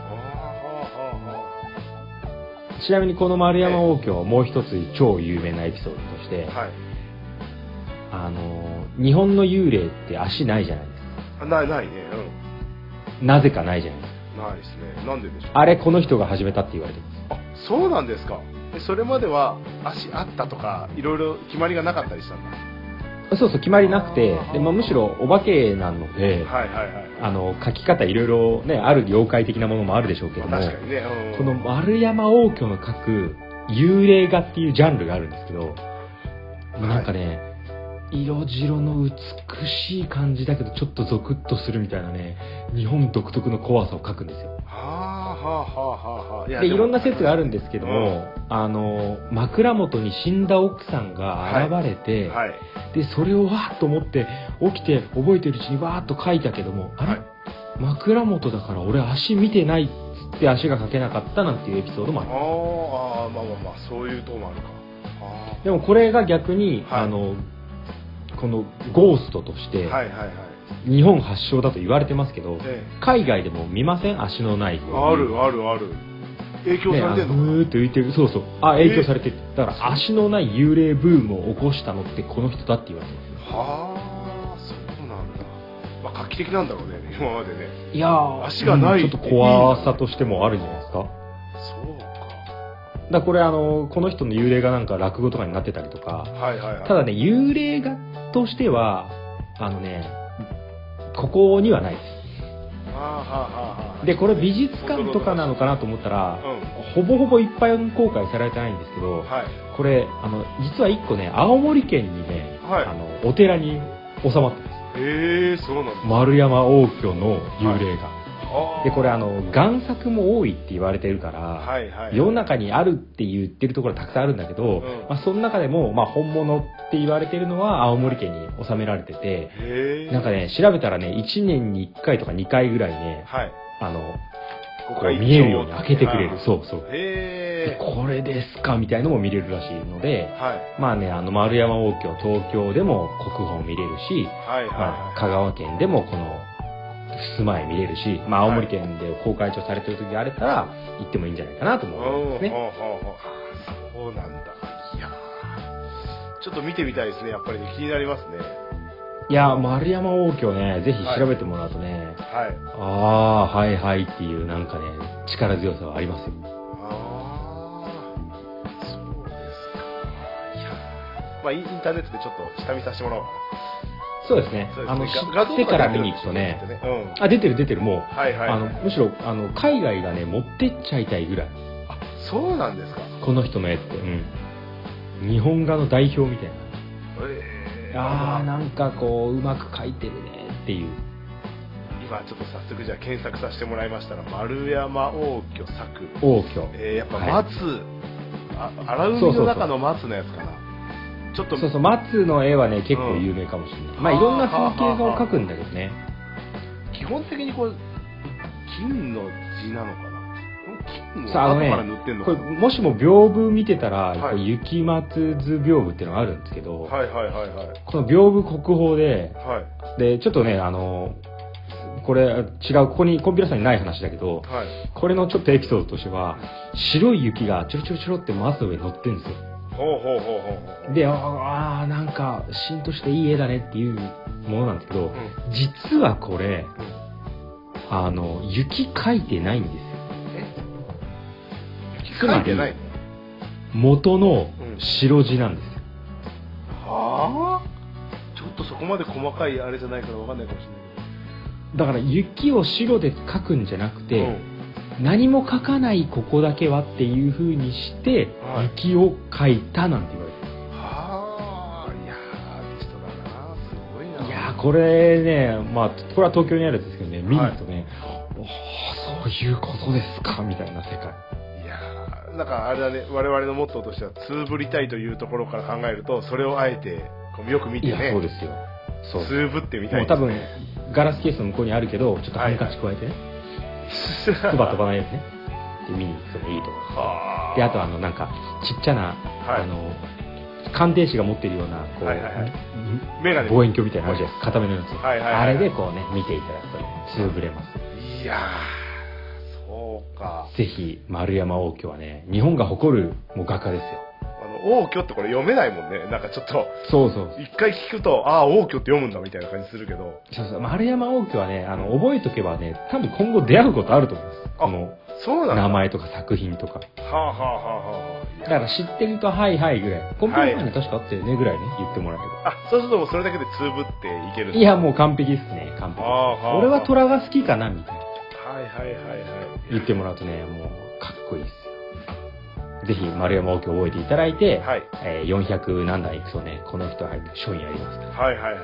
Speaker 2: ちなみにこの丸山応挙はもう一つ超有名なエピソードとして、はい、あの日本の幽霊って足ないじゃないですか。
Speaker 1: ないないね。
Speaker 2: うん、なぜかないじゃないですか。
Speaker 1: ないですね。なんででしょう。
Speaker 2: あれこの人が始めたって言われてます。
Speaker 1: あ、そうなんですか。それまでは足あったとかいろいろ決まりがなかったりしたんだ。
Speaker 2: そうそう決まりなくて、で、まあ、むしろお化けなので、
Speaker 1: はいはいはい、
Speaker 2: あの書き方いろいろねある妖怪的なものもあるでしょうけども、
Speaker 1: 確かにね、うん、
Speaker 2: この丸山応挙の書く幽霊画っていうジャンルがあるんですけど、はい、なんかね色白の美しい感じだけどちょっとゾクッとするみたいなね日本独特の怖さを書くんですよ。
Speaker 1: はあはあはあはあ。いや
Speaker 2: でいろんな説があるんですけども、うん、あの枕元に死んだ奥さんが現れて、はいはい、でそれをわーっと思って起きて覚えてるうちにわーっと書いたけども、あれ、はい、枕元だから俺足見てないっつって足が描けなかったなんていうエピソードもあります。
Speaker 1: ああまあまあまあそういうとこもあるか。
Speaker 2: でもこれが逆に、はい、あのこのゴーストとして、はいはいはい、日本発祥だと言われてますけど、ええ、海外でも見ません？足のない
Speaker 1: あるあるある。影響されてるのかな、
Speaker 2: ね、うーっと浮いてる。そうそうあ影響されてる。だから足のない幽霊ブームを起こしたのってこの人だって言われてます。
Speaker 1: はあそうなんだ。まあ画期的なんだろうね今までね。
Speaker 2: いやー
Speaker 1: 足がない、
Speaker 2: うん、ちょっと怖さとしてもあるんじゃないですか。
Speaker 1: そうか。
Speaker 2: だこれあのこの人の幽霊画なんか落語とかになってたりとか、
Speaker 1: はいはいはい、
Speaker 2: ただね幽霊画としてはあのねここにはないです。
Speaker 1: はあはあはあ、
Speaker 2: でこれ美術館とかなのかなと思ったら、うん、ほぼほぼ一般公開されてないんですけど、はい、これあの実は一個ね青森県にね、はい、あのお寺に収まってます。
Speaker 1: へえそうなんだ。
Speaker 2: 丸山応挙の幽霊画、はい、でこれあの贋作も多いって言われてるから、はいはいはい、世の中にあるって言ってるところたくさんあるんだけど、うんまあ、その中でも、まあ、本物って言われてるのは青森県に収められてて、
Speaker 1: へ
Speaker 2: なんかね調べたらねいちねんにいっかいとかにかいぐらいね、はい、あのこう見えるように開けてくれる。そうそう。
Speaker 1: へ
Speaker 2: これですかみたいのも見れるらしいので、はい、まあねあの丸山応挙東京でも国宝見れるし、はいはいはいまあ、香川県でもこの襖絵見れるし、まあ、青森県で公開中されてる時があれたら行ってもいいんじゃないかなと思うんですね。
Speaker 1: そうなんだ。いやちょっと見てみたいですね。やっぱり、ね、気になりますね。
Speaker 2: いや丸山王居ね、ぜひ調べてもらうとね、
Speaker 1: はい、
Speaker 2: ああはいはいっていうなんかね力強さはありますよ。
Speaker 1: ああそうですか。いやまあインターネットでちょっと下見させてもらおうかな。
Speaker 2: そうですね。あの知ってから見に行くとね、うん、あ出てる出てるもう、
Speaker 1: はいはいはい、あの
Speaker 2: むしろあの海外がね持ってっちゃいたいぐらい。
Speaker 1: あそうなんですか。
Speaker 2: この人の絵って、うん、日本画の代表みたいな。
Speaker 1: えー、
Speaker 2: ああなんかこううまく描いてるねっていう。
Speaker 1: 今ちょっと早速じゃあ検索させてもらいましたら丸山王居作
Speaker 2: 王居、
Speaker 1: えー、やっぱ松、はい、あ荒海の中の松のやつかな。そうそうちょっと
Speaker 2: そうそう松の絵はね結構有名かもしれない、うん、まあいろんな風景画を描くんだけどね。
Speaker 1: 基本的にこう金の字なのかな。金を後から塗ってんのかな。
Speaker 2: これもしも屏風見てたら、はい、雪松図屏風っていうのがあるんですけど、
Speaker 1: はいはいはいはい、
Speaker 2: この屏風国宝で、
Speaker 1: はい、
Speaker 2: でちょっとねあのこれ違うここにコンピューターさんにない話だけど、
Speaker 1: はい、
Speaker 2: これのちょっとエピソードとしては白い雪がちょろちょろちょろって松の上に乗ってるんですよ。
Speaker 1: ほうほうほうほう。
Speaker 2: で、ああなんかしんとしていい絵だねっていうものなんですけど、うん、実はこれ、うん、あの雪描いてないんですよ。
Speaker 1: え？雪描いてない？
Speaker 2: 元の白地なんですよ。
Speaker 1: うん、はあ？ちょっとそこまで細かいあれじゃないからわかんないかもしれない。
Speaker 2: だから雪を白で描くんじゃなくて、うん、何も描かないここだけはっていう風にして、はい、雪を描いたなんて言われてる。
Speaker 1: はあ、いやー、アーティストだな、すごいな。
Speaker 2: いやー、これね、まあこれは東京にあるんですけどね、見に行くとね、はい、そういうことですかみたいな世界。
Speaker 1: いやー、なんかあれだね、我々のモットーとしてはつぶりたいというところから考えると、それをあえてよく見てね。
Speaker 2: いや、そうですよ。そう。
Speaker 1: つぶってみたい
Speaker 2: ですね。もう多分ガラスケースの向こうにあるけど、ちょっとハンカチ加えてね。つば飛ばないようにね。で見に行くともいいと思います。であとあのなんかちっちゃな、はい、あの鑑定士が持ってるようなこう、はいはいはい、
Speaker 1: メガネ
Speaker 2: 望遠鏡みたいなのあるじゃないですか、固めのやつ、
Speaker 1: はいはいはい、
Speaker 2: あれでこうね見ていただくとねつぶれます。
Speaker 1: いやーそうか。
Speaker 2: ぜひ丸山王居はね日本が誇るもう画家ですよ。
Speaker 1: 王居ってこれ読めないもんね。なんかちょっと
Speaker 2: そうそう
Speaker 1: 一回聞くとああ王居って読むんだみたいな感じするけど、
Speaker 2: そうそう丸山王居はねあの覚えとけばね多分今後出会うことあると思います。この
Speaker 1: そうなんだ。
Speaker 2: 名前とか作品とか。
Speaker 1: はあはあはあはあ。
Speaker 2: だから知ってるとはいはいぐらい。コンピューターに確かあってねぐらいね言ってもらえれば。
Speaker 1: あそうするともうそれだけでつぶっていける。
Speaker 2: いやもう完璧ですね完璧。俺は虎が好きかなみたいな。
Speaker 1: はいはいはいはい。
Speaker 2: 言ってもらうとねもうかっこいいですよ。ぜひ丸山王居を覚えていただいて、はい、えー、よんひゃく何段いくとねこの人は書院やりますから。
Speaker 1: はいはいはい。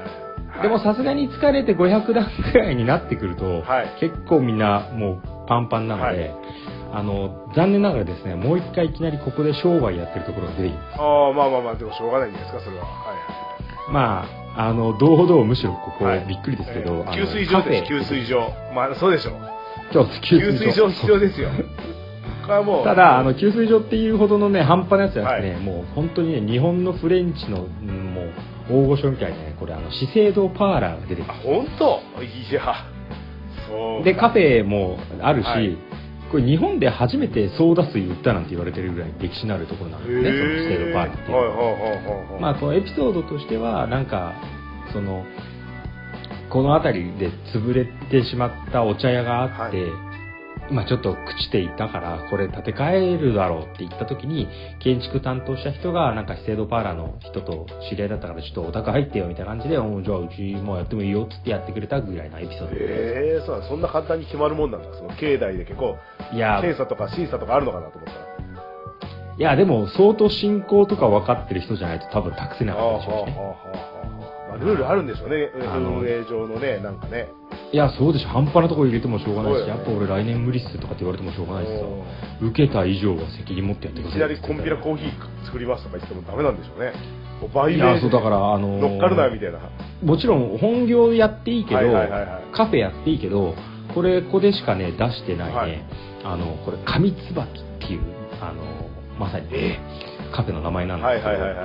Speaker 2: でもさすがに疲れてごひゃく段くらいになってくると、はい、結構みんなもうパンパンなので、はい、あの残念ながらですねもう一回いきなりここで商売やってるところが出てきます。
Speaker 1: ああまあまあまあでもしょうがないんですかそれは。はいはい。
Speaker 2: まああの堂々むしろここ、はい、びっくりですけど、え
Speaker 1: ー、給水場です。給水場。まあそうでしょう。
Speaker 2: 今日給
Speaker 1: 水場必要ですよ。もう
Speaker 2: ただあの給水所っていうほどのね半端なやつじゃなくてね、はい、もう本当にね日本のフレンチのもう大御所みたいなねこれあの資生堂パーラーが出てきます。
Speaker 1: 本当いやそう
Speaker 2: でカフェもあるし、はい、これ日本で初めてソーダ水売ったなんて言われてるぐらい歴史のあるところなんですね、その資生堂パーラーっていうのは。まあこのエピソードとしてはなんかそのこの辺りで潰れてしまったお茶屋があって、はい、まあちょっと朽ちていたからこれ建て替えるだろうって言った時に建築担当した人がなんか資生堂パーラーの人と知り合いだったからちょっとお宅入ってよみたいな感じでおじゃあうちもやってもいいよっつってやってくれたぐらいなエピソードです。
Speaker 1: えー、そうそんな簡単に決まるもんなんだ。その境内で結構いや検査とか審査とかあるのかなと思ったら
Speaker 2: いやでも相当進行とか分かってる人じゃないと多分託せなかったでしょうしね。
Speaker 1: まあ、ルールあるんでしょうね運営上のねなんかね。
Speaker 2: いやそうでしょ半端なところ入れてもしょうがないし、ね、やっぱ俺来年無理っすとかって言われてもしょうがないしさ受けた以上は責任持ってやってください。
Speaker 1: いきなりコンピラコーヒー作りますとか言ってもダメなんでしょうね。
Speaker 2: バイメージで乗
Speaker 1: っかるなみたいな。
Speaker 2: もちろん本業やっていいけど、はいはいはいはい、カフェやっていいけどこれここでしかね出してないね、はい、あのこれ上椿っていうあのまさに、ね、カフェの名前なんですけど、はいはいはいはい、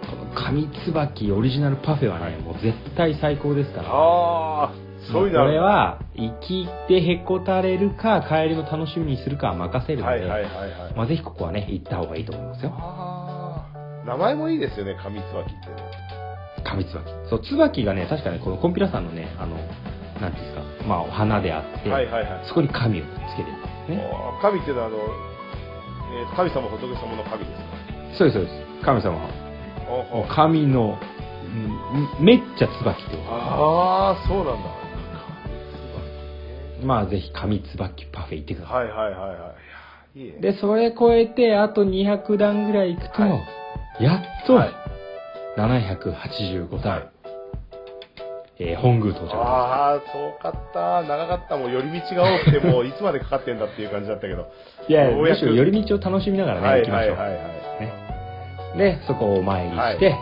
Speaker 2: この上椿オリジナルパフェはね、はい、もう絶対最高ですから。
Speaker 1: ああ、そういうの。
Speaker 2: これは生きてへこたれるか帰りの楽しみにするかは任せるので、はいはいはいはい、まあぜひここはね行った方がいいと思いますよ。
Speaker 1: ああ、名前もいいですよね、上椿ってね。
Speaker 2: 上椿。そう、椿がね確かねこのコンピラさんのねあのなんていうんですか、まあお花であって、はいはいはい、そこに神をつけてるんですね。
Speaker 1: 神っていうのはあの、えー、神様仏様の神ですか？
Speaker 2: そうですそうです。神様は神の、うん、めっちゃ椿ってこと。
Speaker 1: ああ、そうなんだ。
Speaker 2: まあぜひ上椿パフェ行ってください。
Speaker 1: はいはいはいはい。いいね。
Speaker 2: でそれ超えてあとにひゃくだんぐらい行くと、はい、やっとななひゃくはちじゅうごだん、はい、えー、本宮到着。
Speaker 1: ああ、そうかった。長かった。もう寄り道が多くてもういつまでかかってんだっていう感じだったけど。
Speaker 2: いや、むしろ寄り道を楽しみながらね、はい、行きましょう。はいはいはい、ね、でそこをお参りして。はい、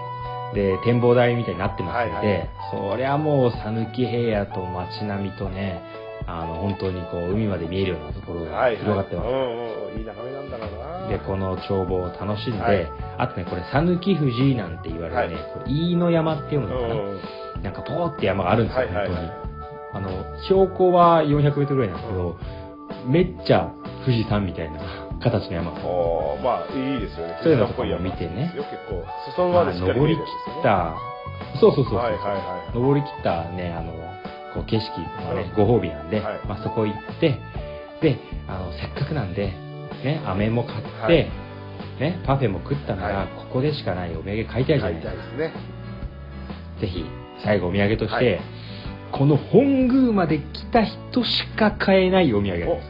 Speaker 2: で展望台みたいになってますので、はいはい、そりゃもう讃岐平野と街並みとね、あの本当にこう海まで見えるようなところが広がってます。はいはい、
Speaker 1: うんうん、いい眺めなんだろうな。
Speaker 2: でこの眺望を楽しんで、はい、あとねこれ讃岐富士なんて言われるね、はい、飯野山っていうのかな、うんうん、なんかポーって山があるんですよ、はいはいはい、本当に。あの標高はよんひゃくメートルぐらいなんですけど、うん、めっちゃ富士山みたいな形の山。
Speaker 1: おー、まあいいですよね。
Speaker 2: そういうのとかも見てね。
Speaker 1: 結構裾野までしっかり見えるんですよね。
Speaker 2: 登り切った、そうそうそうそう、はいはいはい、登り切ったねあのこう景色のね、うん、ご褒美なんで、はい、まあそこ行ってであのせっかくなんでね飴も買って、はい、ねパフェも食ったなら、はい、ここでしかないお土産買いたいじゃないですか。
Speaker 1: 買いたいですね。
Speaker 2: ぜひ最後お土産として、はい、この本宮まで来た人しか買えないお土産です。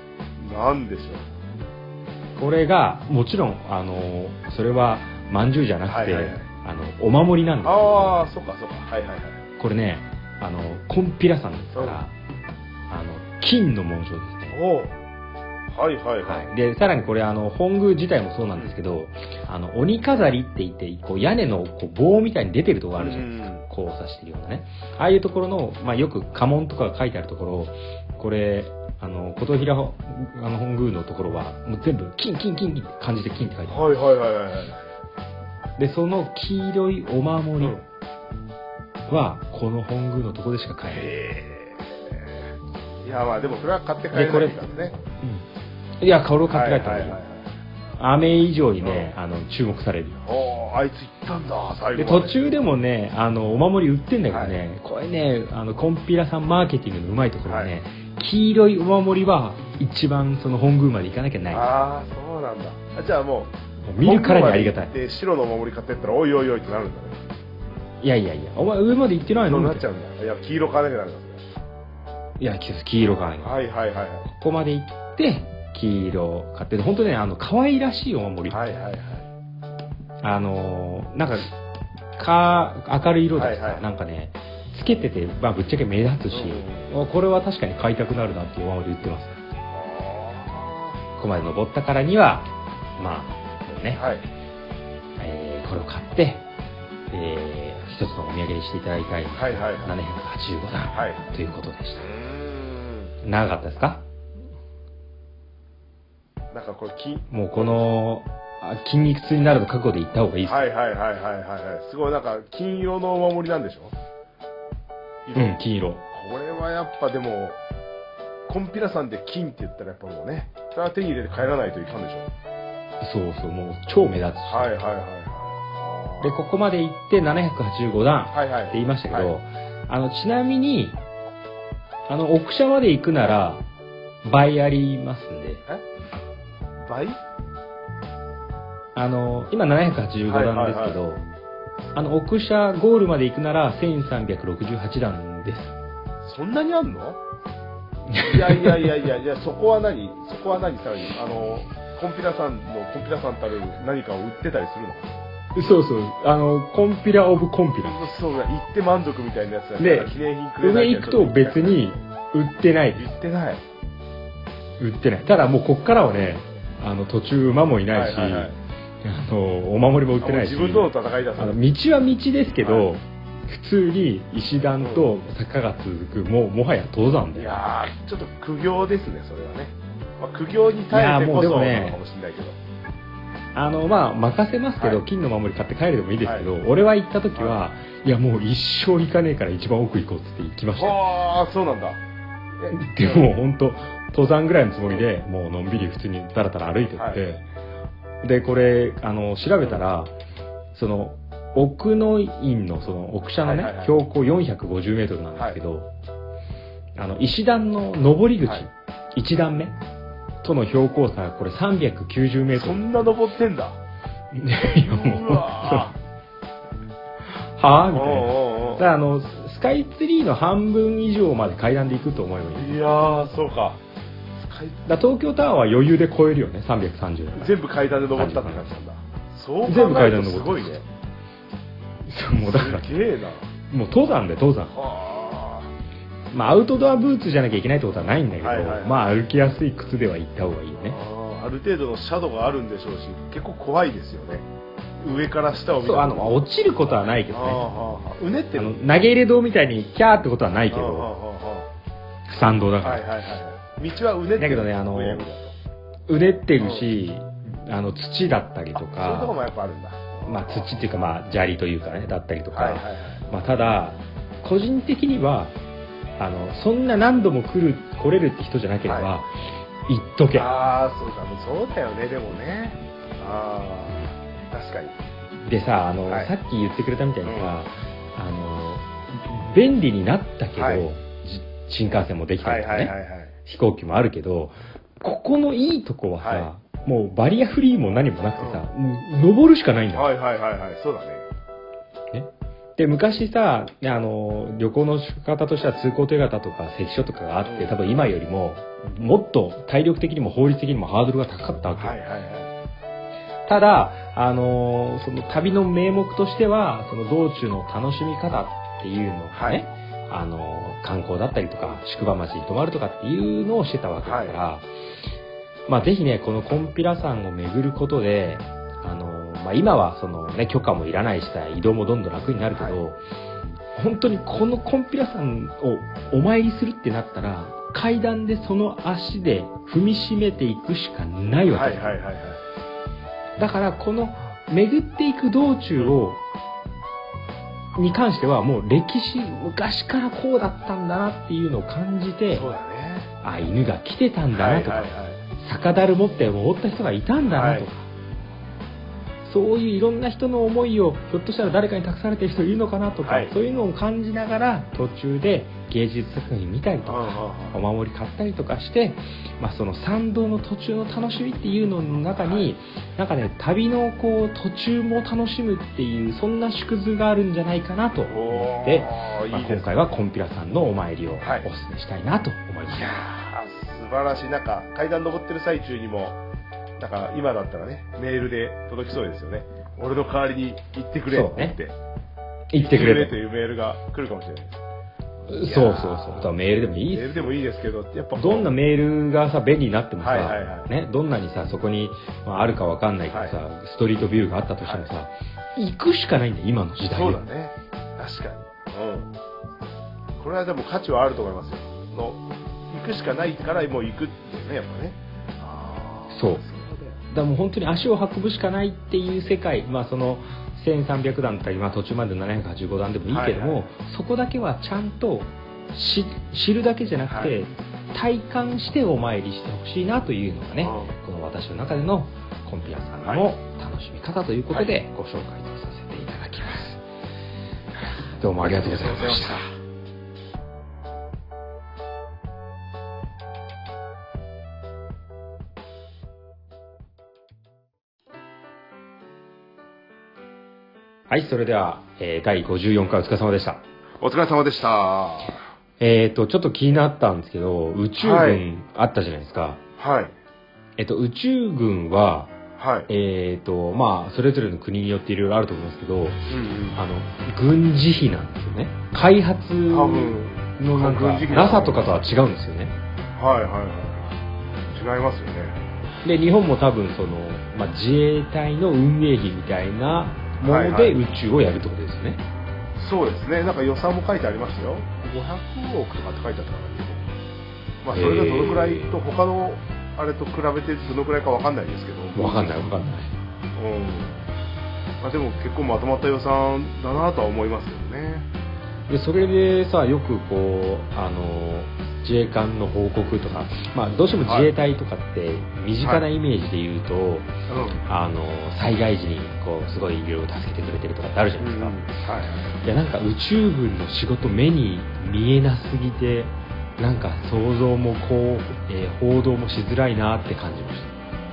Speaker 1: なんでしょ
Speaker 2: う。これがもちろんあのそれはまんじゅうじゃなくて、はいはいはい、あのお守りなんですよ。
Speaker 1: ああ、そっかそっか。はいはいはい。
Speaker 2: これねあのコンピラ山ですから、あの金の紋章ですね。
Speaker 1: おはいはいはい、
Speaker 2: はい、でさらにこれあの本宮自体もそうなんですけど、あの鬼飾りって言ってこう屋根のこう棒みたいに出てるところあるじゃないですか、こう刺してるようなね、ああいうところの、まあ、よく家紋とかが書いてあるところ、これあの琴平あの本宮のところはもう全部金金金って漢字で金って書いてある。
Speaker 1: はいはいはいはい。
Speaker 2: でその黄色いお守り、うんはこの本宮のとこでしか買え
Speaker 1: ない。いやまあでもそれは買って帰れないからね。
Speaker 2: うん、いやこれを買って帰ったらいいよ。飴以上にね、うん、あの注目される。
Speaker 1: おあいつ行ったんだ最後
Speaker 2: で途中でもねあのお守り売ってんだけどね、はい、これねあのコンピラさんマーケティングのうまいところはね、はい、黄色いお守りは一番その本宮まで行かなきゃない。
Speaker 1: ああそうなんだ。あじゃあもう
Speaker 2: 見るからにありがたい。
Speaker 1: で白のお守り買ってったらおいおいおいってなるんだね。
Speaker 2: いやいやいや、お前上まで行ってないの？
Speaker 1: なっちゃうんだ。いや、黄色買わなきゃなるんだ。
Speaker 2: いや、黄色買わなきゃ。
Speaker 1: はいはいはい。
Speaker 2: ここまで行って、黄色買って、本当ね、あの、可愛らしいお守り。
Speaker 1: はいはいはい。
Speaker 2: あの、なんか、か、明るい色でさ、はいはい、なんかね、つけてて、まあ、ぶっちゃけ目立つし、うん、これは確かに買いたくなるなっていうお守り売ってます。ここまで登ったからには、まあ、ね、はい、えー、これを買って、えー、一つのお土産にしていただきたい、はいはいはい、ななひゃくはちじゅうごだん、はい、ということでした。うーん長かったですか？
Speaker 1: なんかこれき
Speaker 2: もうこの筋肉痛になると覚悟で行った方がいいです。
Speaker 1: はいはいはいはいはいはい。すごいなんか金色のお守りなんでしょ？
Speaker 2: うん、金色。
Speaker 1: これはやっぱでもコンピラさんで金って言ったらやっぱもうね、それは手に入れて帰らないといかんでしょ？
Speaker 2: そうそう、もう超目立つし。
Speaker 1: はいはいはいはい。
Speaker 2: でここまで行ってななひゃくはちじゅうごだんって言いましたけど、はいはい、あのちなみにあの奥社まで行くなら倍ありますんで。
Speaker 1: え？倍？
Speaker 2: あの今ななひゃくはちじゅうごだんですけど、はいはいはい、あの奥社ゴールまで行くならせんさんびゃくろくじゅうはちだんです。
Speaker 1: そんなにあんの？いやいやいやいやいや、そこは何？そこは何さらにあのコンピラさんのコンピラさんたる何かを売ってたりするの？
Speaker 2: そうそう、あのコンピラオブコンピラ。
Speaker 1: そうだ、行って満足みたいなやつだ
Speaker 2: ね。記念品くれない。上行くと別に売ってない。
Speaker 1: 売ってない。
Speaker 2: 売ってない。ただもうこっからはね、あの途中馬もいないし、はいはいはい、あのお守りも売ってないし。
Speaker 1: 自分との戦いだ。
Speaker 2: あの道は道ですけど、はい、普通に石段と坂が続く、もうもはや登山で。
Speaker 1: いやー、ちょっと苦行ですね、それはね。まあ、苦行に耐えてこそなのかもしれないけど。
Speaker 2: あのまあ任せますけど、はい、金の守り買って帰るでもいいですけど、はい、俺は行った時は、はい、いやもう一生行かねえから一番奥行こうって行きました。
Speaker 1: ああそうなんだ。
Speaker 2: でも本当登山ぐらいのつもりでもうのんびり普通にだらだら歩いてって、はい、でこれあの調べたらその奥の院のその奥社のね、はいはいはい、標高よんひゃくごじゅうメートルなんですけど、はい、あの石段の上り口、はい、いち段目との標高差がこれさんびゃくきゅうじゅうメートル。
Speaker 1: そんな登ってんだ。
Speaker 2: いやもうはぁみたいな。だからあのスカイツリーの半分以上まで階段で行くと思えばいい。
Speaker 1: いやーそうか。
Speaker 2: だ東京タワーは余裕で超えるよね、さんびゃくさんじゅう。
Speaker 1: 全部階段で登ったって感じなんだ。そう
Speaker 2: 全部階段
Speaker 1: で登った。すごいね。
Speaker 2: もうだから
Speaker 1: すげえな。
Speaker 2: もう登山で登山。まあアウトドアブーツじゃなきゃいけないってことはないんだけど、はいはいはい、まあ歩きやすい靴では行った方がいいよね。
Speaker 1: あ, ある程度の斜度があるんでしょうし、結構怖いですよね。上から下を見ると。
Speaker 2: そうあの落ちることはないけどね。
Speaker 1: あうねってる。
Speaker 2: あの投げ入れ道みたいにキャーってことはないけど、山道だから。はいはいはい。
Speaker 1: 道はうねってる。
Speaker 2: だけどねあのうねってるし、あの土だったりとか。そう
Speaker 1: いうとこもやっぱあるんだ。
Speaker 2: まあ土っていうかまあ砂利というかねだったりとか。
Speaker 1: はいはいはい、
Speaker 2: まあただ個人的には。あのそんな何度も来る来れるって人じゃなければ、はい、行っとけ。
Speaker 1: ああそうかそうだよねでもね。ああ確かに。
Speaker 2: でさあの、はい、さっき言ってくれたみたいにさ、うん、あの便利になったけど、はい、新幹線もできたりとかね、はいはいはいはい、飛行機もあるけどここのいいとこはさ、はい、もうバリアフリーも何もなくてさ、うん、もう登るしかないんだよ。
Speaker 1: はいはいはいはいそうだね。
Speaker 2: で昔さあの旅行の仕方としては通行手形とか関所とかがあって、うん、多分今よりももっと体力的にも法律的にもハードルが高かったわけ、はいはいはい、ただあのその旅の名目としてはその道中の楽しみ方っていうのがね、はい、あの観光だったりとか宿場町に泊まるとかっていうのをしてたわけだから、はい、まあぜひねこの金毘羅山を巡ることであのまあ、今はその、ね、許可もいらないしさ移動もどんどん楽になるけど、はい、本当にこの金毘羅山をお参りするってなったら階段でその足で踏みしめていくしかないわけです、はいはいはいはい、だからこの巡っていく道中をに関してはもう歴史昔からこうだったんだなっていうのを感じて
Speaker 1: そうだね、
Speaker 2: あ犬が来てたんだなとか、はいはいはい、酒樽持って登った人がいたんだなとか、はいそういういろんな人の思いをひょっとしたら誰かに託されてる人いるのかなとか、はい、そういうのを感じながら途中で芸術作品見たりとかお守り買ったりとかして、まあ、その参道の途中の楽しみっていうのの中に、はい、なんかね旅のこう途中も楽しむっていうそんな縮図があるんじゃないかなと思って、まあ、今回は金毘羅山のお参りをお勧めしたいなと思います、はい、い
Speaker 1: や素晴らしい。なんか階段登ってる最中にもだから今だったらねメールで届きそうですよね。俺の代わりに行ってくれって言って、ね、
Speaker 2: 行ってくれ
Speaker 1: というメールが来るかもしれない
Speaker 2: です。そうそうそう。メールでもいい
Speaker 1: メールでもいいですけどやっぱ
Speaker 2: どんなメールがさ便利になってもさ、はいはいはいね、どんなにさそこに、まあ、あるかわかんないけどさ、はい、ストリートビューがあったとしてもさ、はい、行くしかないんだよ今の時代。
Speaker 1: そうだね確かに、うん、これはでも価値はあると思いますよ。の行くしかないからもう行くっていうねやっぱね。
Speaker 2: あそうだからもう本当に足を運ぶしかないっていう世界、まあそのせんさんびゃくだんだったり、まあ、途中までななひゃくはちじゅうごだんでもいいけども、はいはい、そこだけはちゃんと知るだけじゃなくて、はい、体感してお参りしてほしいなというのがね、この私の中での金毘羅さんの楽しみ方ということでご紹介とさせていただきます、はい、どうもありがとうございました。はい、それでは、えー、だいごじゅうよんかいお疲れ様でした。
Speaker 1: お疲れ様でした。
Speaker 2: えっと、ちょっと気になったんですけど、宇宙軍あったじゃないですか。
Speaker 1: はい。
Speaker 2: えっと、宇宙軍は、
Speaker 1: はい。
Speaker 2: えっと、まあ、それぞれの国によっていろいろあると思いますけど、うんうん、あの、軍事費なんですよね。開発のなんか、ナサ とかとは違うんですよね。
Speaker 1: はいはいはい。違いますよね。
Speaker 2: で、日本も多分その、まあ、自衛隊の運営費みたいな、もので宇宙をやるってことですね、はいはい、
Speaker 1: そうですね。なんか予算も書いてありますよ。ごひゃくおくとかって書いてあったからね。まあそれがどのくらいと他のあれと比べてどのくらいかわかんないですけど。
Speaker 2: わかんないわかんない。
Speaker 1: まあ、でも結構まとまった予算だなとは思いますよね。
Speaker 2: でそれでさ、よくこうあの自衛官の報告とか、まあ、どうしても自衛隊とかって身近なイメージで言うと、はいうん、あの災害時にこうすごいいろいろ助けてくれてるとかってあるじゃないですか、うんはい、いやなんか宇宙軍の仕事目に見えなすぎてなんか想像もこう、えー、報道もしづらいなって感じました。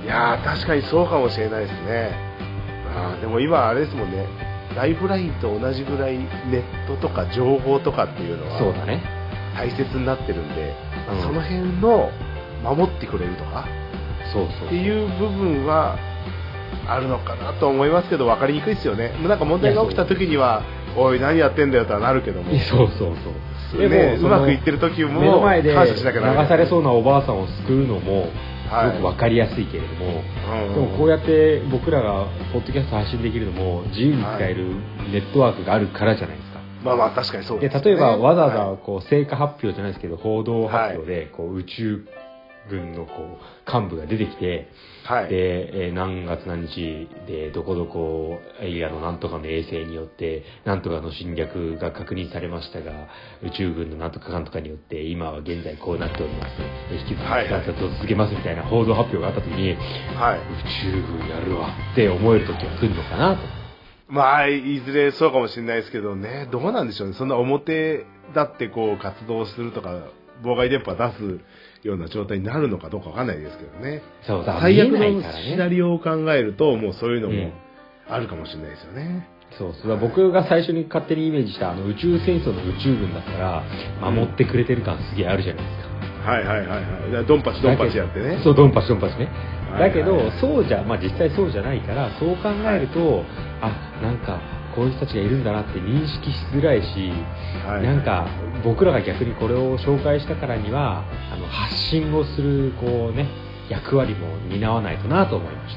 Speaker 1: いやー確かにそうかもしれないですね。あでも今あれですもんね、ライフラインと同じぐらいネットとか情報とかっていうのは
Speaker 2: そうだね
Speaker 1: 大切になってるんで、うん、その辺の守ってくれるとか
Speaker 2: そうそう
Speaker 1: っていう部分はあるのかなと思いますけど分かりにくいですよね。なんか問題が起きた時にはおい何やってんだよとはなるけども
Speaker 2: そうそうそう
Speaker 1: でも、ね、うまくいってる時も
Speaker 2: 目の前で流
Speaker 1: 感謝しなきゃならない
Speaker 2: されそうなおばあさんを救うのもすごく分かりやすいけれども、はい、でもこうやって僕らがポッドキャスト発信できるのも自由に使えるネットワークがあるからじゃないですか。
Speaker 1: まあまあ確かにそうですね。
Speaker 2: で例えばわざわざこう成果発表じゃないですけど報道発表でこう宇宙軍のこう幹部が出てきて、はい、で、えー、何月何日でどこどこエリアのなんとかの衛星によってなんとかの侵略が確認されましたが宇宙軍のなんとかかんとかによって今は現在こうなっております、引き続き観察を続けますみたいな報道発表があった時に、はい、宇宙軍やるわって思える時が来るのかなと。
Speaker 1: まあいずれそうかもしれないですけどね、どうなんでしょうね。そんな表だってこう活動するとか妨害電波出すような状態になるのかどうかわかんないですけどね。
Speaker 2: そうだ
Speaker 1: 最悪のシナリオを考えるともうそういうのもあるかもしれないですよね。
Speaker 2: うん、そうそうだ僕が最初に勝手にイメージしたあの宇宙戦争の宇宙軍だったら守ってくれてる感すげえあるじゃないですか。
Speaker 1: うん、はいはいはいはい。だドンパチドンパチやってね。
Speaker 2: そうドンパチドンパチね。だけど、はいはいはい、そうじゃまあ実際そうじゃないからそう考えると、はい、あなんかこういう人たちがいるんだなって認識しづらいし、はい、なんか僕らが逆にこれを紹介したからにはあの発信をするこうね役割も担わないとなと思いました。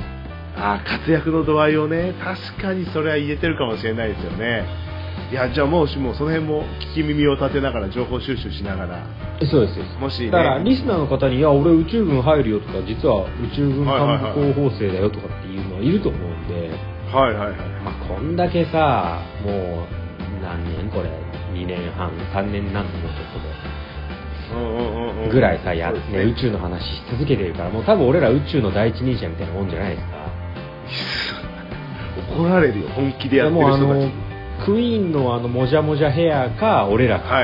Speaker 1: あ活躍の度合いをね確かにそれは言えてるかもしれないですよね。いやじゃあもうもうその辺も聞き耳を立てながら情報収集しながら
Speaker 2: そうですもし、ね、だからリスナーの方にいや俺宇宙軍入るよとか実は宇宙軍幹部候補生だよとかっていうのはいると思うんで、
Speaker 1: はいはいはい、
Speaker 2: まあ、こんだけさもう何年これにねんはんさんねんなんてもうちょっとで、うんうんうん、ぐらいさや、ねね、宇宙の話し続けてるからもう多分俺ら宇宙の第一人者みたいなもんじゃないですか。
Speaker 1: 怒られるよ本気でやってる人たち。
Speaker 2: クイーンのあのもじゃもじゃヘアか俺らか、はい、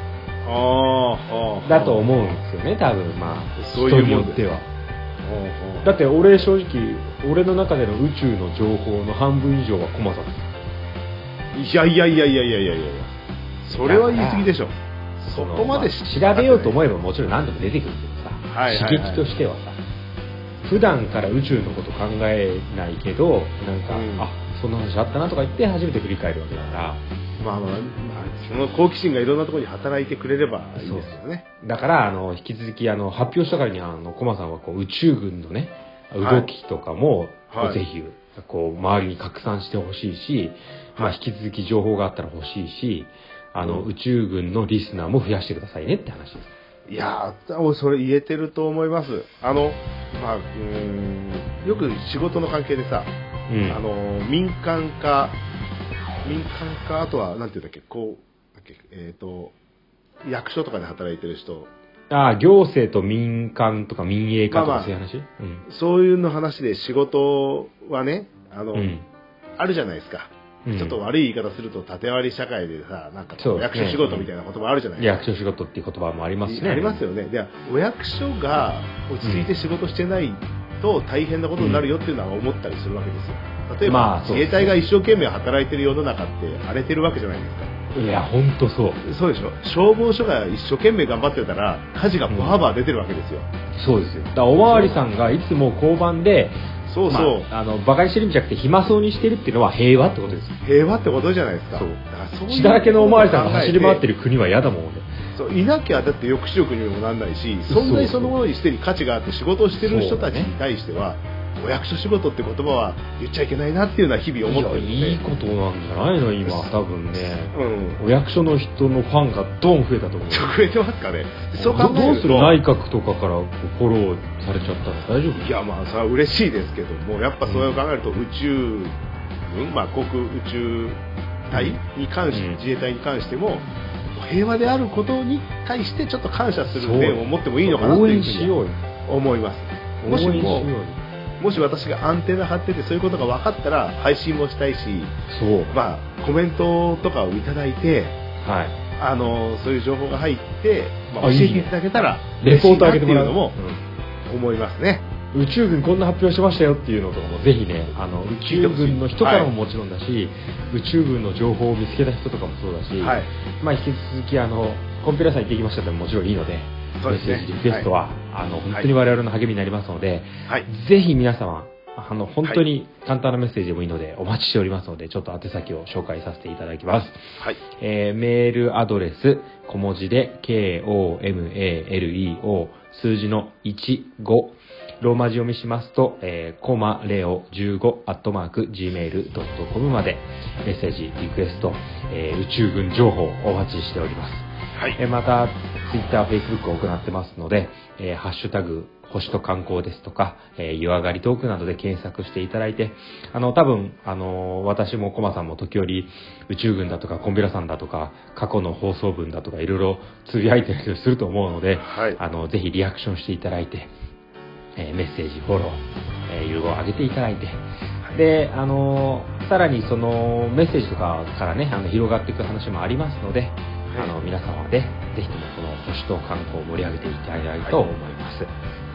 Speaker 1: あ
Speaker 2: だと思うんですよね多分まあそういう人によっては。だって俺正直俺の中での宇宙の情報の半分以上はコマさん
Speaker 1: です。いやいやいやいやいやいやいやそれは言い過ぎでしょ。そこまで
Speaker 2: 調べようと思えばもちろん何でも出てくるけどさ、はいはいはい、刺激としてはさ普段から宇宙のこと考えないけどなんか、うん、あそんな話あったなとか言って初めて振り返るわけだから
Speaker 1: まあまあ、まあ、その好奇心がいろんなところに働いてくれればいいですよね。
Speaker 2: だからあの引き続きあの発表したからにはあのコマさんはこう宇宙軍のね動きとかも、はい、ぜひこう周りに拡散してほしいし、はいまあ、引き続き情報があったら欲しいしあの、うん、宇宙軍のリスナーも増やしてくださいねって話です。
Speaker 1: いやーそれ言えてると思います。あの、まあ、うーんよく仕事の関係でさ、うん、あの民間化民間化あとはなんていうんだっけこうだっけえっ、ー、と役所とかで働いてる人
Speaker 2: ああ行政と民間とか民営化とかそういう話、まあまあうん、
Speaker 1: そういうの話で仕事はねあの、うん、あるじゃないですか。ちょっと悪い言い方すると縦割り社会でさなんかお役所仕事みたいな言葉あるじゃないですか。
Speaker 2: 役所仕事っていう言葉もありますしね。
Speaker 1: ありますよね。でお役所が落ち着いて仕事してないと大変なことになるよっていうのは思ったりするわけですよ。例えば、まあ、自衛隊が一生懸命働いてる世の中って荒れてるわけじゃないですか。
Speaker 2: いや本当そう
Speaker 1: そうでしょ。消防署が一生懸命頑張ってたら火事がバーバー出てるわけですよ、
Speaker 2: うん、そうですよ。だからおまわりさんがいつも交番で
Speaker 1: そうそう、
Speaker 2: まあ、あのバカにしてるんじゃなくて暇そうにしてるっていうのは平和ってことです。
Speaker 1: 平和ってことじゃないですか。
Speaker 2: そう血だらけのおまわりさんが走り回ってる国は嫌だもんね。
Speaker 1: そういなきゃだって抑止力にもなんないしそんなにそのものにしてに価値があって仕事をしてる人たちに対しては、ね、 お役所仕事って言葉は言っちゃいけないなっていうのは日々思ってるので。
Speaker 2: いや、いいことなんじゃないの今、多分ね。
Speaker 1: うん。
Speaker 2: お役所の人のファンがドン増えたと思う。
Speaker 1: 増えてますかね。
Speaker 2: そう考えるとどうする内閣とかからフォローされちゃったら大丈夫？
Speaker 1: いや、まあ、それは嬉しいですけども、やっぱそれを考えると宇宙軍、まあ、航空宇宙隊に関して、うん、自衛隊に関しても、平和であることに対してちょっと感謝する面を持ってもいいのかなというふうに思います。もしも、もし私がアンテナ張っててそういうことが分かったら配信もしたいし、そうまあコメントとかをいただいて、はい、あのそういう情報が入って、まあ、教えていただけたら
Speaker 2: レポート上げてもらう
Speaker 1: のも思いますね。
Speaker 2: 宇宙軍こんな発表しましたよっていうのとかもぜひね、あの宇宙軍の人からももちろんだし、はい、宇宙軍の情報を見つけた人とかもそうだし、はい、まあ引き続きあのコンピューラーさん行ってきましたでももちろんいいので、そうですね、メッセージリクエストは、はい、あの本当に我々の励みになりますので、はい、ぜひ皆様あの本当に簡単なメッセージでもいいのでお待ちしておりますので、ちょっと宛先を紹介させていただきます。はい、えー、メールアドレス小文字で ケーオーエムエーエルイーオー 数字のじゅうごローマ字読みしますと、えー、コマレオじゅうごアットマーク ジーメールドットコム までメッセージリクエスト、えー、宇宙軍情報お待ちしております。はい、えー、また Twitter、Facebook を行ってますので、えー、ハッシュタグ星と観光ですとか、えー、湯上がりトークなどで検索していただいて、あの多分あの私もコマさんも時折宇宙軍だとかコンビラさんだとか過去の放送分だとかいろいろつぶやいてるすると思うので、はい、あのぜひリアクションしていただいて。えー、メッセージ、フォロー、えー、融合を上げていただいて、はい、で、あのー、さらにそのメッセージとかからね、あの広がっていく話もありますので、はい、あの皆様でぜひともこの星と観光を盛り上げていただきたいと思います。はい、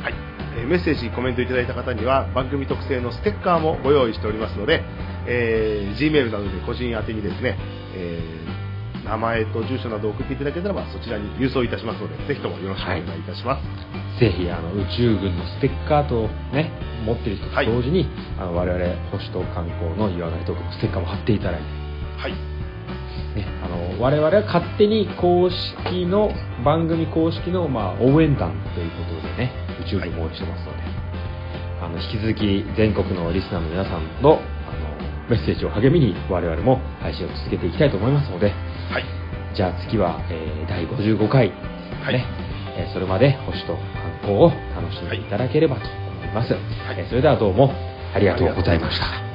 Speaker 1: はい、えー、メッセージ、コメントいただいた方には番組特製のステッカーもご用意しておりますので、えー、Gmail などで個人宛てにですね、えー、名前と住所などを送っていただけたらばそちらに郵送いたしますので、ぜひともよろしくお願いいたします。はい、
Speaker 2: ぜひあの宇宙軍のステッカーとね持ってる人と同時に、はい、あの我々星と観光の湯上がりトークのステッカーも貼っていただいて、はいね、あの我々は勝手に公式の番組公式の、まあ、応援団ということでね宇宙軍も応援してますので、はい、あの引き続き全国のリスナーの皆さんの、あのメッセージを励みに我々も配信を続けていきたいと思いますので、はい、じゃあ次は、えー、だいごじゅうごかい、ね、はい、それまで星と観光を楽しんでいただければと思います。はい、それではどうもありがとうございました。